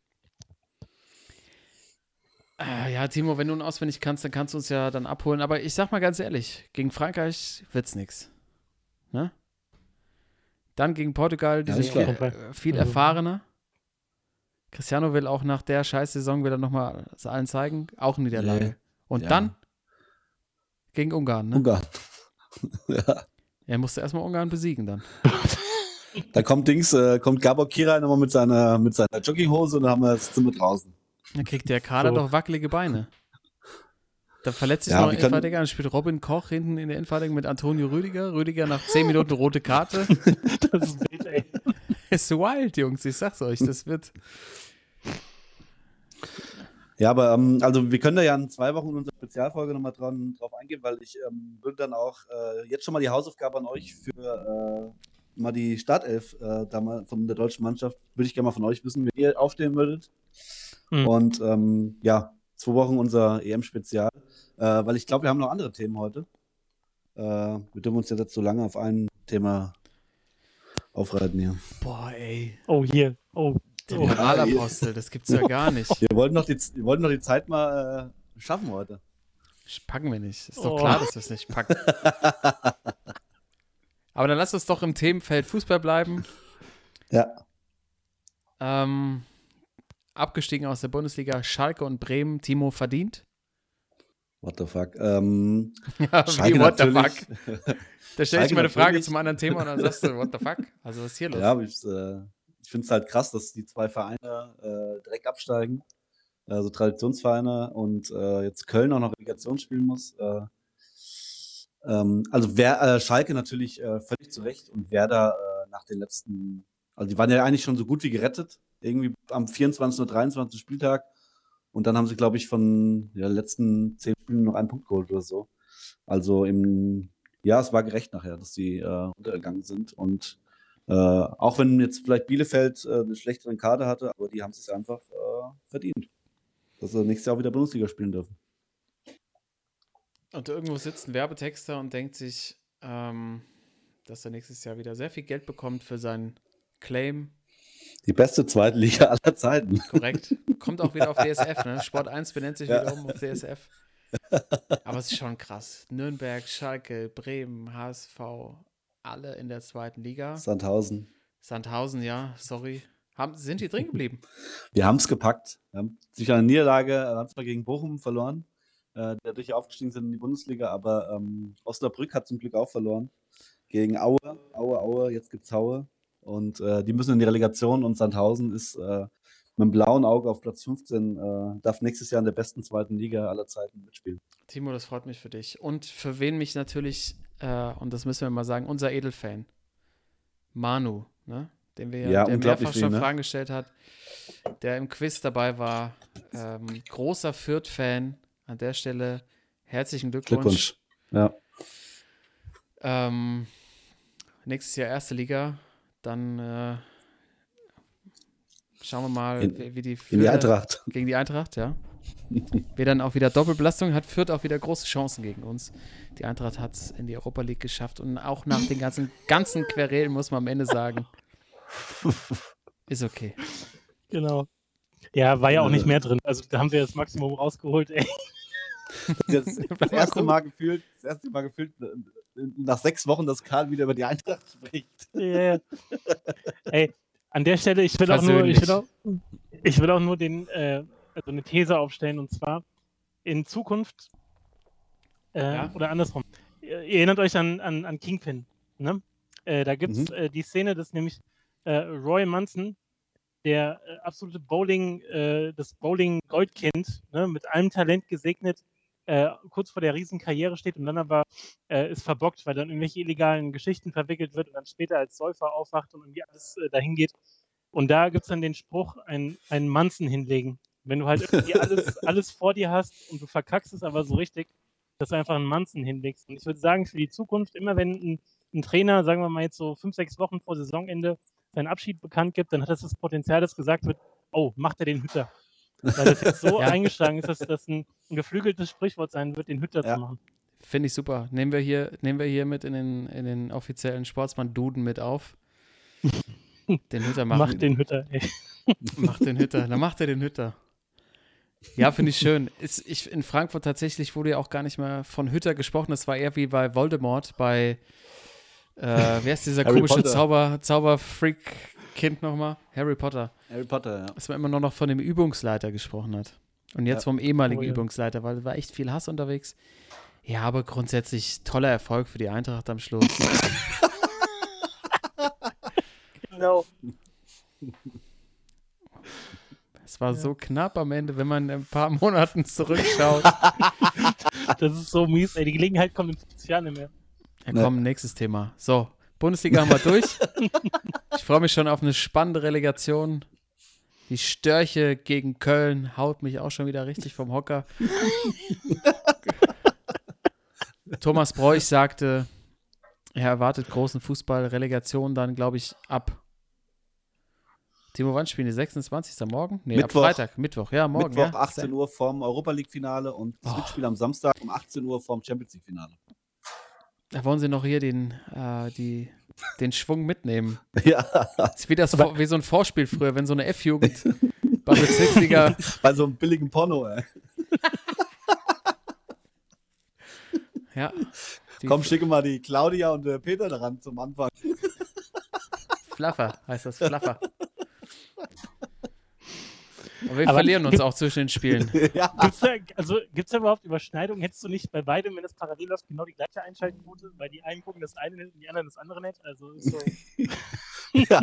Ja, Timo, wenn du ihn auswendig kannst, dann kannst du uns ja dann abholen. Aber ich sag mal ganz ehrlich, gegen Frankreich wird's nix. Ne? Dann gegen Portugal, die Ja, sind ist klar. viel erfahrener. Cristiano will auch nach der Scheißsaison wieder nochmal allen zeigen. Auch Niederlage. Nee. Und Ja. dann gegen Ungarn, ne? Ungarn. Ja. Er musste erstmal Ungarn besiegen dann. Da kommt Gabor Kirai nochmal mit seiner Jogginghose und dann haben wir das Zimmer draußen. Dann kriegt der Kader doch wackelige Beine. Da verletzt sich Ja, noch wir ein können- Innenverteidiger, dann spielt Robin Koch hinten in der Innenverteidigung mit Antonio Rüdiger. Rüdiger nach 10 Minuten rote Karte. Das ist wild, ey. Ist wild, Jungs, ich sag's euch, das wird. Ja, aber also wir können da ja in 2 Wochen in unserer Spezialfolge nochmal drauf eingehen, weil ich würde dann auch jetzt schon mal die Hausaufgabe an euch für mal die Startelf da mal von der deutschen Mannschaft, würde ich gerne mal von euch wissen, wie ihr aufstehen würdet. Mhm. Und ja, 2 Wochen unser EM-Spezial, weil ich glaube, wir haben noch andere Themen heute. Wir dürfen uns jetzt so lange auf ein Thema aufreiten hier. Boah, ey. Oh, hier. Oh. Der Oh. Moralapostel, das gibt's ja gar nicht. Wir wollten noch die Zeit mal schaffen heute. Packen wir nicht. Ist doch Oh. klar, dass wir es nicht packen. Aber dann lasst uns doch im Themenfeld Fußball bleiben. Ja. Abgestiegen aus der Bundesliga, Schalke und Bremen. Timo verdient. What the fuck? Ja, Schalke wie, what the natürlich. fuck? Da stelle ich Schalke mal eine Frage natürlich. zum anderen Thema und dann sagst du, what the fuck? Also was ist hier los? Ja, aber ich finde es halt krass, dass die 2 Vereine direkt absteigen. So Traditionsvereine und jetzt Köln auch noch Relegation spielen muss. Also Schalke natürlich völlig zu Recht und Werder nach den letzten, also die waren ja eigentlich schon so gut wie gerettet, irgendwie am 24. oder 23. Spieltag. Und dann haben sie, glaube ich, von den letzten 10 Spielen noch einen Punkt geholt oder so. Also ja, es war gerecht nachher, dass sie untergegangen sind. Und auch wenn jetzt vielleicht Bielefeld einen schlechteren Kader hatte, aber die haben es einfach verdient, dass sie nächstes Jahr auch wieder Bundesliga spielen dürfen. Und irgendwo sitzt ein Werbetexter und denkt sich, dass er nächstes Jahr wieder sehr viel Geld bekommt für seinen Claim. Die beste zweite Liga aller Zeiten. Korrekt. Kommt auch wieder auf DSF, ne? Sport 1 benennt sich Ja. wieder um auf DSF. Aber es ist schon krass. Nürnberg, Schalke, Bremen, HSV, alle in der zweiten Liga. Sandhausen. Sandhausen, ja, sorry. Sind die drin geblieben? Wir haben es gepackt. Wir haben sich eine Niederlage, haben zwar gegen Bochum verloren, die dadurch aufgestiegen sind in die Bundesliga, aber Osnabrück hat zum Glück auch verloren. Gegen Aue, jetzt gibt's Haue. Und die müssen in die Relegation und Sandhausen ist mit einem blauen Auge auf Platz 15, darf nächstes Jahr in der besten zweiten Liga aller Zeiten mitspielen. Timo, das freut mich für dich. Und für wen mich natürlich, und das müssen wir mal sagen, unser Edelfan, Manu, ne? Der unglaublich mehrfach viel, schon ne? Fragen gestellt hat, der im Quiz dabei war. Großer Fürth-Fan. An der Stelle herzlichen Glückwunsch. Ja. nächstes Jahr erste Liga, dann schauen wir mal, wie die In die Eintracht. gegen die Eintracht, ja. Wer dann auch wieder Doppelbelastung hat, Fürth auch wieder große Chancen gegen uns. Die Eintracht hat es in die Europa League geschafft und auch nach den ganzen Querelen muss man am Ende sagen, ist okay. Genau. Ja, war ja auch nicht mehr drin. Also da haben wir das Maximum rausgeholt, ey. Das erste Mal gefühlt, nach 6 Wochen, dass Karl wieder über die Eintracht spricht. Yeah. Ey, an der Stelle, ich will auch nur also eine These aufstellen, und zwar in Zukunft oder andersrum. Ihr erinnert euch an Kingpin, ne? Da gibt es die Szene, dass nämlich Roy Munson, der absolute das Bowling-Goldkind, ne, mit allem Talent gesegnet, kurz vor der Riesenkarriere steht und dann aber ist verbockt, weil dann irgendwelche illegalen Geschichten verwickelt wird und dann später als Säufer aufwacht und irgendwie alles dahin geht. Und da gibt es dann den Spruch, einen Munson hinlegen. Wenn du halt irgendwie alles vor dir hast und du verkackst es aber so richtig, dass du einfach einen Munson hinlegst. Und ich würde sagen, für die Zukunft, immer wenn ein Trainer, sagen wir mal jetzt so 5-6 Wochen vor Saisonende, seinen Abschied bekannt gibt, dann hat das Potenzial, dass gesagt wird, oh, macht er den Hütter. Weil das jetzt so eingeschlagen ist, dass das ein geflügeltes Sprichwort sein wird, den Hütter zu machen. Finde ich super. Nehmen wir hier mit in den offiziellen Sportsmann-Duden mit auf. Den Hütter machen. Macht den Hütter, ey. Macht den Hütter. Dann macht er den Hütter. Ja, finde ich schön. In Frankfurt tatsächlich wurde ja auch gar nicht mehr von Hütter gesprochen. Das war eher wie bei Voldemort, bei wer ist dieser Harry komische Potter. Zauberfreak-Kind nochmal? Harry Potter. Harry Potter, ja. Dass man immer nur noch von dem Übungsleiter gesprochen hat. Und jetzt vom ehemaligen Übungsleiter, weil da war echt viel Hass unterwegs. Ja, aber grundsätzlich toller Erfolg für die Eintracht am Schluss. Genau. Es war so knapp am Ende, wenn man in ein paar Monaten zurückschaut. Das ist so mies, ey. Die Gelegenheit kommt in 50 Jahren nicht mehr. Ja, komm, nächstes Thema. So, Bundesliga haben wir durch. Ich freue mich schon auf eine spannende Relegation. Die Störche gegen Köln haut mich auch schon wieder richtig vom Hocker. Thomas Broich sagte, er erwartet großen Fußball, Relegation dann, glaube ich, ab. Timo, wann spielen die? 26. morgen? Nee, Mittwoch. ab Freitag. Mittwoch, ja, morgen. Mittwoch, ja. 18 Uhr vorm Europa-League-Finale und das Rückspiel am Samstag um 18 Uhr vorm Champions-League-Finale. Da wollen sie noch hier den Schwung mitnehmen. Ja. Das ist wie so ein Vorspiel früher, wenn so eine F-Jugend bei Bezirksliga. Bei so einem billigen Porno, ey. Ja. Komm, schicke mal die Claudia und der Peter daran zum Anfang. Fluffer heißt das, Fluffer. Aber wir verlieren uns auch zwischen den Spielen. Ja. Gibt's da überhaupt Überschneidungen? Hättest du nicht bei beidem, wenn das parallel läuft, genau die gleiche Einschaltquote? Weil die einen gucken das eine nicht und die anderen das andere nicht. Also ist so. Ja.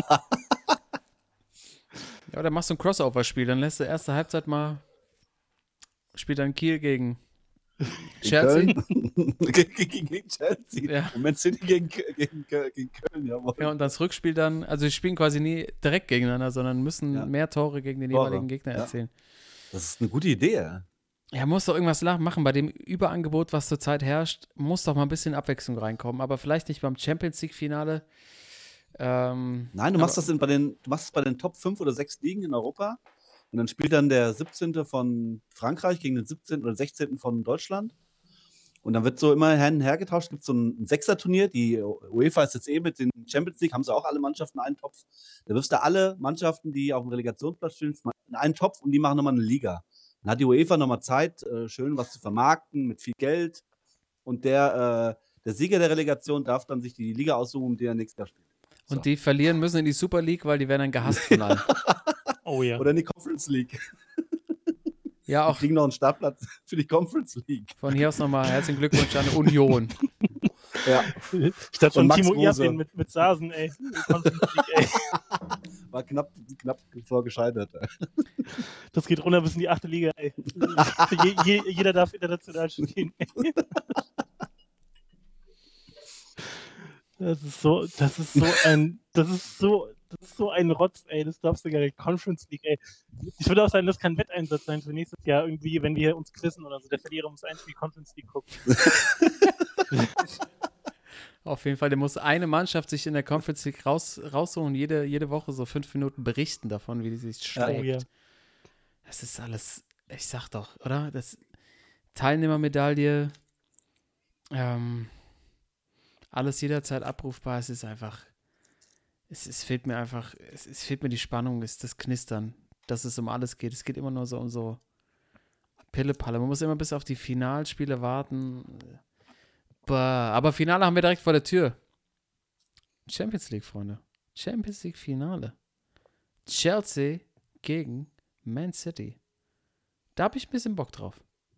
Ja, dann machst du ein Crossover-Spiel. Dann lässt du erste Halbzeit mal, spielt dann Kiel gegen Chelsea. Gegen Chelsea. Ja. Und Man City gegen Köln, jawohl. Ja, und das Rückspiel dann, also die spielen quasi nie direkt gegeneinander, sondern müssen mehr Tore gegen den jeweiligen Gegner erzielen. Das ist eine gute Idee. Ja, muss doch irgendwas machen. Bei dem Überangebot, was zurzeit herrscht, muss doch mal ein bisschen Abwechslung reinkommen. Aber vielleicht nicht beim Champions League-Finale. Nein, du machst das bei den Top 5 oder 6 Ligen in Europa. Und dann spielt dann der 17. von Frankreich gegen den 17. oder 16. von Deutschland. Und dann wird so immer hin und her getauscht. Es gibt so ein Sechser-Turnier. Die UEFA ist jetzt mit den Champions League, haben sie auch alle Mannschaften in einen Topf. Da wirfst du alle Mannschaften, die auf dem Relegationsplatz stehen, in einen Topf und die machen nochmal eine Liga. Dann hat die UEFA nochmal Zeit, schön was zu vermarkten mit viel Geld. Und der Sieger der Relegation darf dann sich die Liga aussuchen, um die er nächstes Jahr spielt. So. Und die verlieren müssen in die Super League, weil die werden dann gehasst von allen. Oh ja. Oder in die Conference League. Ja, Die auch kriegen noch einen Startplatz für die Conference League. von hier aus nochmal herzlichen Glückwunsch an Union. Ja. Statt schon Max Timo Rose. Erdin mit Sasen, ey. ey. War knapp vor gescheitert. Das geht runter bis in die 8. Liga, ey. Jeder darf international spielen. Das ist so ein Rotz, ey. Das darfst du gar nicht. Conference League, ey. Ich würde auch sagen, das kann Wetteinsatz sein für nächstes Jahr irgendwie, wenn wir uns quizzen oder so. Der Verlierer muss ein Spiel Conference League gucken. Auf jeden Fall, der muss eine Mannschaft sich in der Conference League raussuchen, jede Woche so 5 Minuten berichten davon, wie die sich schlägt. Oh ja. Das ist alles, ich sag doch, oder? Das Teilnehmermedaille, alles jederzeit abrufbar. Es ist einfach, es fehlt mir einfach, es fehlt mir die Spannung, das Knistern, dass es um alles geht. Es geht immer nur so um so Pillepalle. Man muss immer bis auf die Finalspiele warten. Aber Finale haben wir direkt vor der Tür. Champions League, Freunde. Champions League Finale. Chelsea gegen Man City. Da habe ich ein bisschen Bock drauf.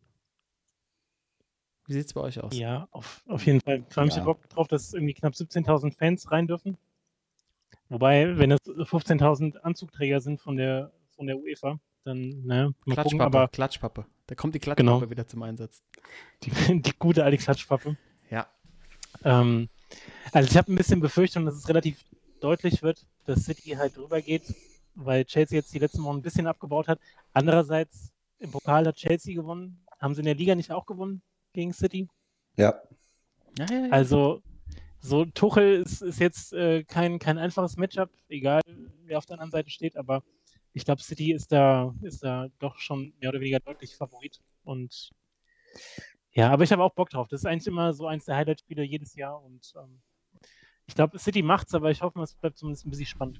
Wie sieht es bei euch aus? Ja, auf jeden Fall. Vor allem ich Ja. hab Bock drauf, dass irgendwie knapp 17.000 Fans rein dürfen. Wobei, wenn es 15.000 Anzugträger sind von der UEFA, dann, naja, mal gucken. Aber Klatschpappe. Da kommt die Klatschpappe Genau. wieder zum Einsatz. die gute alte Klatschpappe. Ja. Also ich habe ein bisschen Befürchtung, dass es relativ deutlich wird, dass City halt drüber geht, weil Chelsea jetzt die letzten Wochen ein bisschen abgebaut hat. Andererseits, im Pokal hat Chelsea gewonnen. Haben sie in der Liga nicht auch gewonnen gegen City? Ja. Ja. Also, so Tuchel ist jetzt kein einfaches Matchup, egal wer auf der anderen Seite steht, aber ich glaube, City ist da doch schon mehr oder weniger deutlich Favorit. Und ja, aber ich habe auch Bock drauf. Das ist eigentlich immer so eins der Highlight-Spiele jedes Jahr und ich glaube, City macht's, aber ich hoffe, es bleibt zumindest ein bisschen spannend.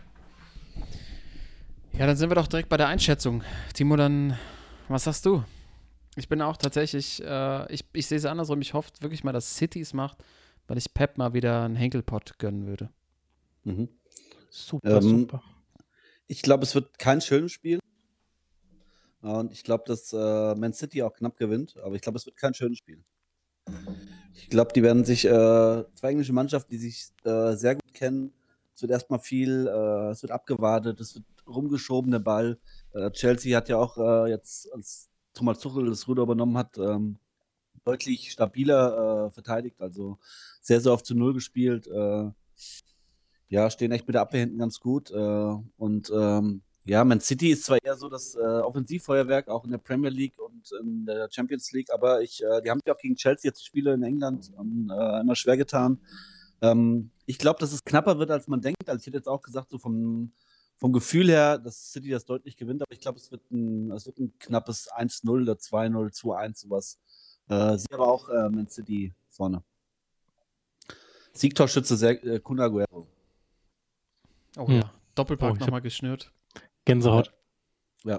Ja, dann sind wir doch direkt bei der Einschätzung. Timo, dann, was sagst du? Ich bin auch tatsächlich, ich sehe es andersrum. Ich hoffe wirklich mal, dass City es macht, weil ich Pep mal wieder einen Henkelpott gönnen würde. Mhm. Super. Ich glaube, es wird kein schönes Spiel. Und ich glaube, dass Man City auch knapp gewinnt. Aber ich glaube, es wird kein schönes Spiel. Ich glaube, die werden sich, zwei englische Mannschaften, die sich sehr gut kennen. Es wird erstmal viel, es wird abgewartet, es wird rumgeschoben, der Ball. Chelsea hat ja auch jetzt, als Thomas Tuchel das Ruder übernommen hat, deutlich stabiler verteidigt. Also sehr, sehr oft zu Null gespielt. Ja, stehen echt mit der Abwehr hinten ganz gut. Ja, Man City ist zwar eher so das Offensivfeuerwerk, auch in der Premier League und in der Champions League, aber die haben ja auch gegen Chelsea jetzt die Spiele in England immer schwer getan. Ich glaube, dass es knapper wird, als man denkt. Also ich hätte jetzt auch gesagt, so vom Gefühl her, dass City das deutlich gewinnt, aber ich glaube, es wird ein knappes 1-0 oder 2-0, 2-1, sowas. Sehe aber auch Man City vorne. Siegtorschütze Kun Aguero. Oh Hm. ja, Doppelpack Ich nochmal geschnürt. Gänsehaut. Ja.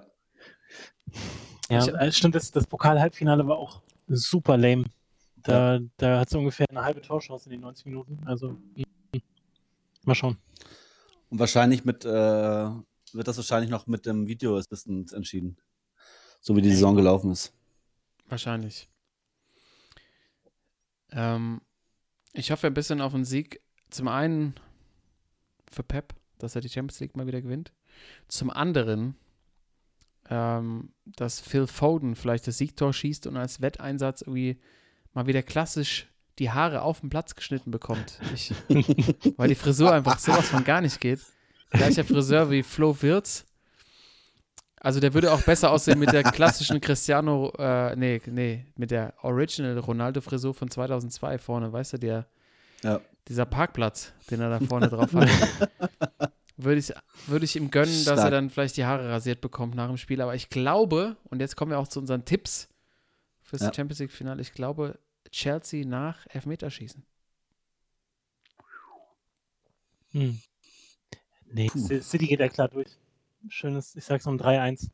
Ja, stimmt, das Pokal-Halbfinale war auch super lame. Da hat sie ungefähr eine halbe Torchance in den 90 Minuten. Also, mal schauen. Und wahrscheinlich wird das wahrscheinlich noch mit dem Video Assistant entschieden. So wie die Saison gelaufen ist. Wahrscheinlich. Ich hoffe ein bisschen auf einen Sieg. Zum einen für Pep, dass er die Champions League mal wieder gewinnt. Zum anderen, dass Phil Foden vielleicht das Siegtor schießt und als Wetteinsatz irgendwie mal wieder klassisch die Haare auf dem Platz geschnitten bekommt. Weil die Frisur einfach sowas von gar nicht geht. Gleicher Friseur wie Flo Wirtz. Also der würde auch besser aussehen mit der klassischen Cristiano, mit der Original Ronaldo-Frisur von 2002 vorne, weißt du, dieser Parkplatz, den er da vorne drauf hat. Würde ich ihm gönnen, dass er dann vielleicht die Haare rasiert bekommt nach dem Spiel. Aber ich glaube, und jetzt kommen wir auch zu unseren Tipps fürs Champions League-Finale, ich glaube, Chelsea nach Elfmeterschießen. Nee, City geht ja klar durch. Schönes, ich sag's um 3-1.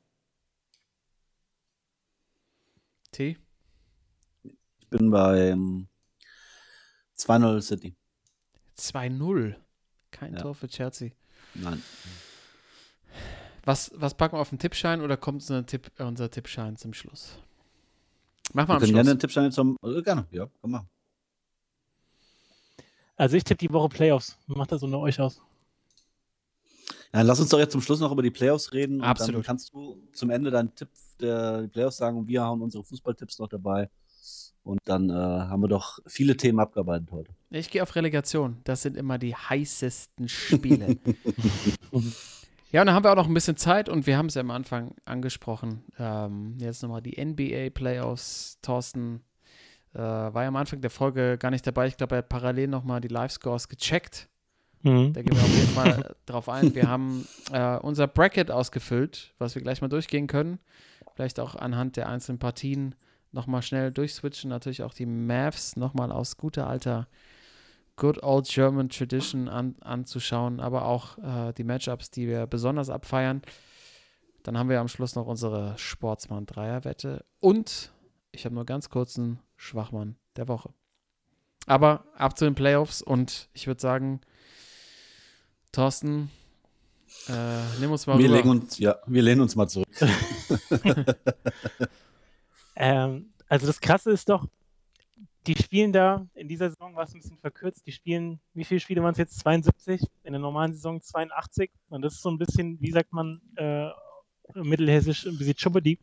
T? Ich bin bei 2-0 City. 2-0. Kein Tor für Chelsea. Nein. Was packen wir auf den Tippschein oder kommt unser Tippschein zum Schluss? Mach mal Wir am können Schluss. gerne einen Tippschein zum. Gerne, ja, komm mal. Also ich tippe die Woche Playoffs. Macht das unter euch aus? Ja, lass uns doch jetzt zum Schluss noch über die Playoffs reden. Absolut. Und dann kannst du zum Ende deinen Tipp der Playoffs sagen und wir haben unsere Fußballtipps noch dabei. Und dann haben wir doch viele Themen abgearbeitet heute. Ich gehe auf Relegation. Das sind immer die heißesten Spiele. Ja, und dann haben wir auch noch ein bisschen Zeit und wir haben es ja am Anfang angesprochen. Jetzt nochmal die NBA-Playoffs. Thorsten, war ja am Anfang der Folge gar nicht dabei. Ich glaube, er hat parallel nochmal die Live-Scores gecheckt. Mhm. Da gehen wir auf jeden Fall drauf ein. Wir haben unser Bracket ausgefüllt, was wir gleich mal durchgehen können. Vielleicht auch anhand der einzelnen Partien nochmal schnell durchswitchen. Natürlich auch die Mavs nochmal aus guter alter Good Old German Tradition anzuschauen, aber auch die Matchups, die wir besonders abfeiern. Dann haben wir am Schluss noch unsere Sportsmann-Dreier-Wette und ich habe nur ganz kurz einen Schwachmann der Woche. Aber ab zu den Playoffs und ich würde sagen, Thorsten, nimm uns mal Wir rüber. lehnen uns mal zurück. Also das Krasse ist doch, die spielen da, in dieser Saison war es ein bisschen verkürzt, die spielen, wie viele Spiele waren es jetzt? 72, in der normalen Saison 82 und das ist so ein bisschen, wie sagt man, mittelhessisch, ein bisschen Chubbedi.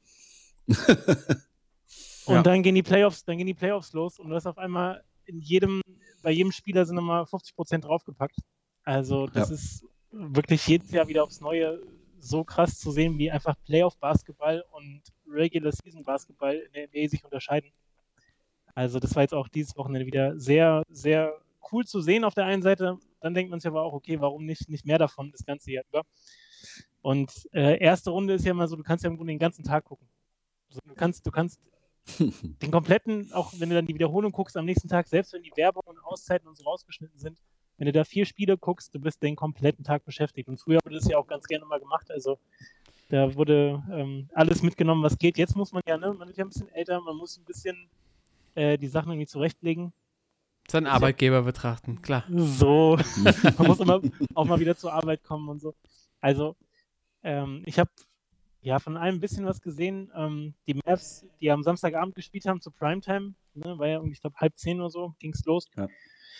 Und Ja. dann gehen die Playoffs los und du hast auf einmal bei jedem Spieler sind nochmal 50% draufgepackt. Also das ist wirklich jedes Jahr wieder aufs Neue so krass zu sehen, wie einfach Playoff-Basketball und Regular-Season-Basketball in der NBA sich unterscheiden. Also das war jetzt auch dieses Wochenende wieder sehr, sehr cool zu sehen auf der einen Seite. Dann denkt man sich aber auch, okay, warum nicht mehr davon das ganze Jahr über? Und erste Runde ist ja immer so, du kannst ja im Grunde den ganzen Tag gucken. Also du kannst den kompletten, auch wenn du dann die Wiederholung guckst am nächsten Tag, selbst wenn die Werbung und Auszeiten und so rausgeschnitten sind, wenn du da 4 Spiele guckst, du bist den kompletten Tag beschäftigt. Und früher wurde das ja auch ganz gerne mal gemacht. Also da wurde alles mitgenommen, was geht. Jetzt muss man ja, ne, man wird ja ein bisschen älter, man muss ein bisschen die Sachen irgendwie zurechtlegen. Seinen Arbeitgeber betrachten, klar. So, man muss immer auch mal wieder zur Arbeit kommen und so. Also ich habe ja von allem ein bisschen was gesehen. Die Mavs, die am Samstagabend gespielt haben zur Primetime, ne, war ja irgendwie, ich glaube, 9:30 oder so, ging es los. Ja.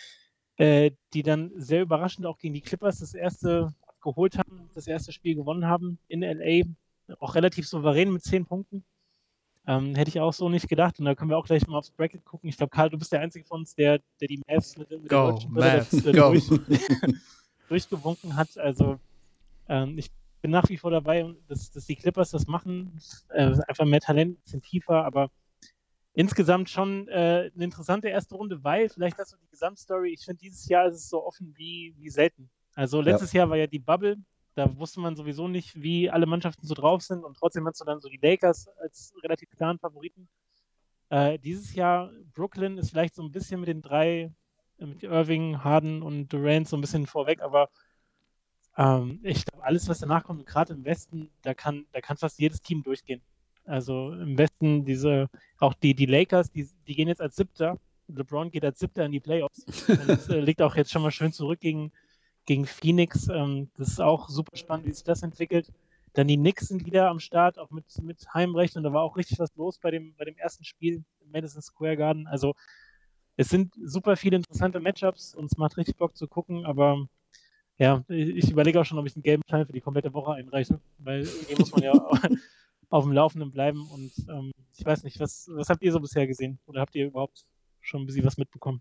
Die dann sehr überraschend auch gegen die Clippers das erste geholt haben, das erste Spiel gewonnen haben in LA. Auch relativ souverän mit 10 Punkten. Hätte ich auch so nicht gedacht. Und da können wir auch gleich mal aufs Bracket gucken. Ich glaube, Karl, du bist der Einzige von uns, der die Mavs mit der Go, deutschen Brille Mavs, go. durchgewunken hat. Also ich bin nach wie vor dabei, dass die Clippers das machen. Einfach mehr Talent, ein bisschen tiefer, aber insgesamt schon eine interessante erste Runde, weil vielleicht das so die Gesamtstory, ich finde, dieses Jahr ist es so offen wie selten. Also letztes Jahr war ja die Bubble, da wusste man sowieso nicht, wie alle Mannschaften so drauf sind und trotzdem hast du dann so die Lakers als relativ klaren Favoriten. Dieses Jahr, Brooklyn ist vielleicht so ein bisschen mit den 3, mit Irving, Harden und Durant so ein bisschen vorweg, aber ich glaube, alles, was danach kommt, gerade im Westen, da kann fast jedes Team durchgehen. Also im Westen auch die Lakers, die gehen jetzt als 7. LeBron geht als 7. in die Playoffs und liegt auch jetzt schon mal schön zurück gegen Phoenix. Das ist auch super spannend, wie sich das entwickelt. Dann die Knicks sind wieder am Start, auch mit Heimrecht und da war auch richtig was los bei dem ersten Spiel im Madison Square Garden. Also es sind super viele interessante Matchups und es macht richtig Bock zu gucken, aber ja, ich überlege auch schon, ob ich einen gelben Schein für die komplette Woche einreiche, weil irgendwie muss man ja auf dem Laufenden bleiben und ich weiß nicht, was habt ihr so bisher gesehen? Oder habt ihr überhaupt schon ein bisschen was mitbekommen?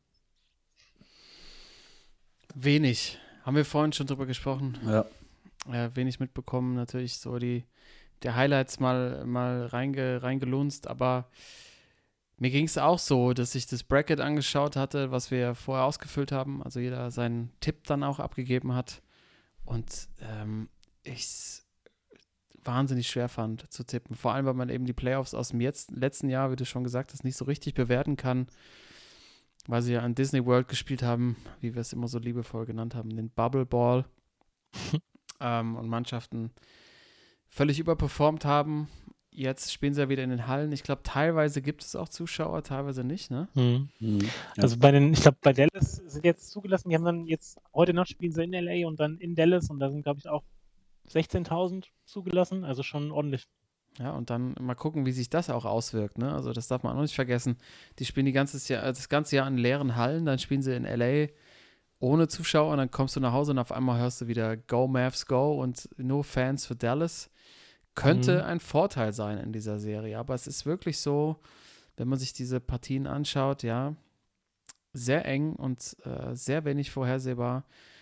Wenig. Haben wir vorhin schon drüber gesprochen. Ja. Wenig mitbekommen, natürlich so der Highlights mal reingelunzt, aber mir ging es auch so, dass ich das Bracket angeschaut hatte, was wir vorher ausgefüllt haben, also jeder seinen Tipp dann auch abgegeben hat und ich es wahnsinnig schwer fand zu tippen, vor allem, weil man eben die Playoffs aus dem letzten Jahr, wie du schon gesagt hast, nicht so richtig bewerten kann, weil sie ja an Disney World gespielt haben, wie wir es immer so liebevoll genannt haben, den Bubble Ball und Mannschaften völlig überperformt haben. Jetzt spielen sie ja wieder in den Hallen. Ich glaube, teilweise gibt es auch Zuschauer, teilweise nicht, ne? Ja. Also ich glaube, bei Dallas sind jetzt zugelassen, die haben dann jetzt, heute Nacht spielen sie in LA und dann in Dallas und da sind, glaube ich, auch 16.000 zugelassen, also schon ordentlich. Ja, und dann mal gucken, wie sich das auch auswirkt, ne? Also das darf man auch nicht vergessen. Die spielen das ganze Jahr in leeren Hallen, dann spielen sie in LA ohne Zuschauer und dann kommst du nach Hause und auf einmal hörst du wieder Go Mavs Go und no Fans für Dallas. Könnte ein Vorteil sein in dieser Serie, aber es ist wirklich so, wenn man sich diese Partien anschaut, ja, sehr eng und sehr wenig vorhersehbar.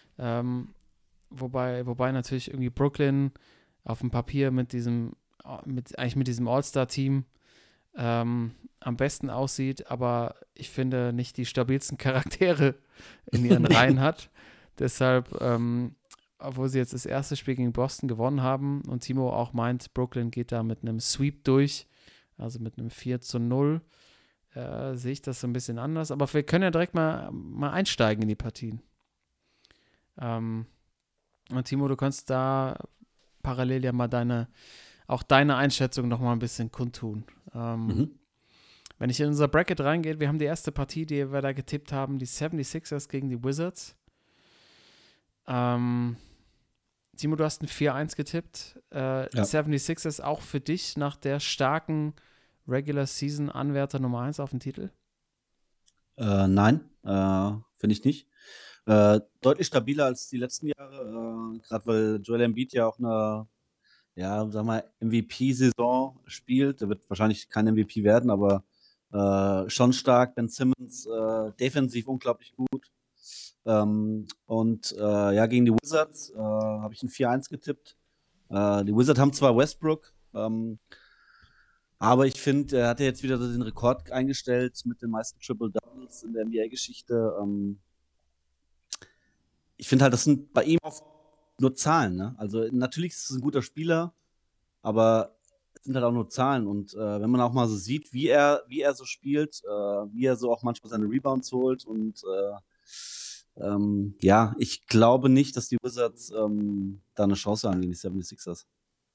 Wobei natürlich irgendwie Brooklyn auf dem Papier mit diesem All-Star-Team am besten aussieht, aber ich finde nicht die stabilsten Charaktere in ihren Reihen hat. Deshalb, obwohl sie jetzt das erste Spiel gegen Boston gewonnen haben und Timo auch meint, Brooklyn geht da mit einem Sweep durch, also mit einem 4-0, sehe ich das so ein bisschen anders. Aber wir können ja direkt mal einsteigen in die Partien. Und Timo, du kannst da parallel ja mal deine Einschätzung noch mal ein bisschen kundtun. Wenn ich in unser Bracket reingehe, wir haben die erste Partie, die wir da getippt haben, die 76ers gegen die Wizards. Timo, du hast ein 4-1 getippt. Ja. 76ers auch für dich nach der starken Regular-Season-Anwärter Nummer 1 auf den Titel? Nein, finde ich nicht. Deutlich stabiler als die letzten Jahre, gerade weil Joel Embiid ja auch eine, ja, sag mal, MVP-Saison spielt. Der wird wahrscheinlich kein MVP werden, aber schon stark. Ben Simmons defensiv unglaublich gut. Ja, gegen die Wizards habe ich ein 4-1 getippt. Die Wizards haben zwar Westbrook, aber ich finde, er hat ja jetzt wieder den Rekord eingestellt mit den meisten Triple-Doubles in der NBA-Geschichte. Ich finde halt, das sind bei ihm auch nur Zahlen. Ne? Also natürlich ist es ein guter Spieler, aber es sind halt auch nur Zahlen. Und wenn man auch mal so sieht, wie er so spielt, wie er so auch manchmal seine Rebounds holt und ja, ich glaube nicht, dass die Wizards da eine Chance haben gegen die 76ers.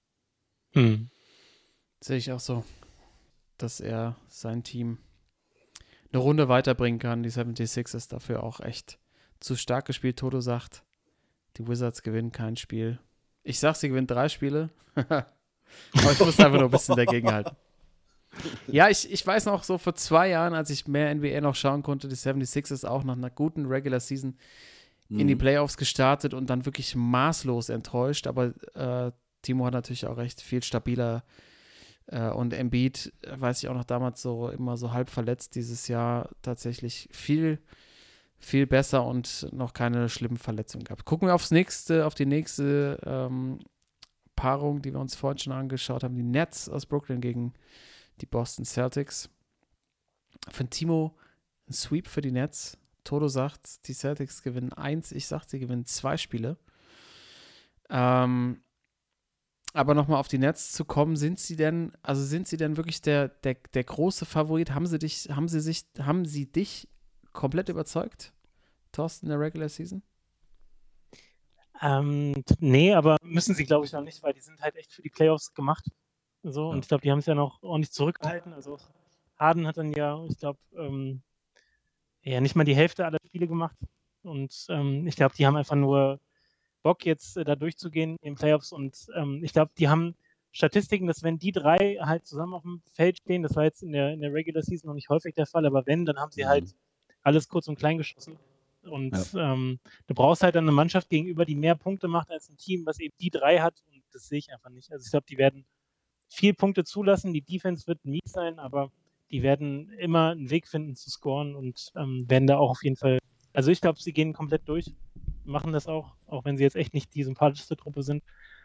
Sehe ich auch so, dass er sein Team eine Runde weiterbringen kann. Die 76ers dafür auch echt zu stark gespielt. Toto sagt, die Wizards gewinnen kein Spiel. Ich sag, sie gewinnen 3 Spiele. Aber ich muss einfach nur ein bisschen dagegenhalten. Ja, ich weiß noch, so vor 2 Jahren, als ich mehr NBA noch schauen konnte, die 76ers auch nach einer guten Regular Season in die Playoffs gestartet und dann wirklich maßlos enttäuscht. Aber Timo hat natürlich auch recht, viel stabiler. Und Embiid, weiß ich auch noch damals so immer so halb verletzt, dieses Jahr tatsächlich viel, viel besser und noch keine schlimmen Verletzungen gehabt. Gucken wir auf die nächste Paarung, die wir uns vorhin schon angeschaut haben, die Nets aus Brooklyn gegen die Boston Celtics. Von Timo ein Sweep für die Nets. Toto sagt, die Celtics gewinnen 1. Ich sage, sie gewinnen 2 Spiele. Aber nochmal auf die Nets zu kommen, sind sie denn wirklich der große Favorit? Haben sie dich komplett überzeugt, Thorsten, in der Regular Season? Nee, aber müssen sie, glaube ich, noch nicht, weil die sind halt echt für die Playoffs gemacht. So, Ja. und ich glaube, die haben es ja noch ordentlich zurückgehalten. Also Harden hat dann ja, ich glaube, ja, nicht mal die Hälfte aller Spiele gemacht. Und ich glaube, die haben einfach nur Bock, jetzt da durchzugehen in den Playoffs. Und ich glaube, die haben Statistiken, dass wenn die 3 halt zusammen auf dem Feld stehen, das war jetzt in der Regular Season noch nicht häufig der Fall, aber wenn, dann haben sie halt alles kurz und klein geschossen. Und du brauchst halt dann eine Mannschaft gegenüber, die mehr Punkte macht als ein Team, was eben die 3 hat. Und das sehe ich einfach nicht. Also ich glaube, die werden viel Punkte zulassen. Die Defense wird mies sein, aber die werden immer einen Weg finden zu scoren und werden da auch auf jeden Fall. Also ich glaube, sie gehen komplett durch, machen das auch wenn sie jetzt echt nicht die sympathischste Truppe sind.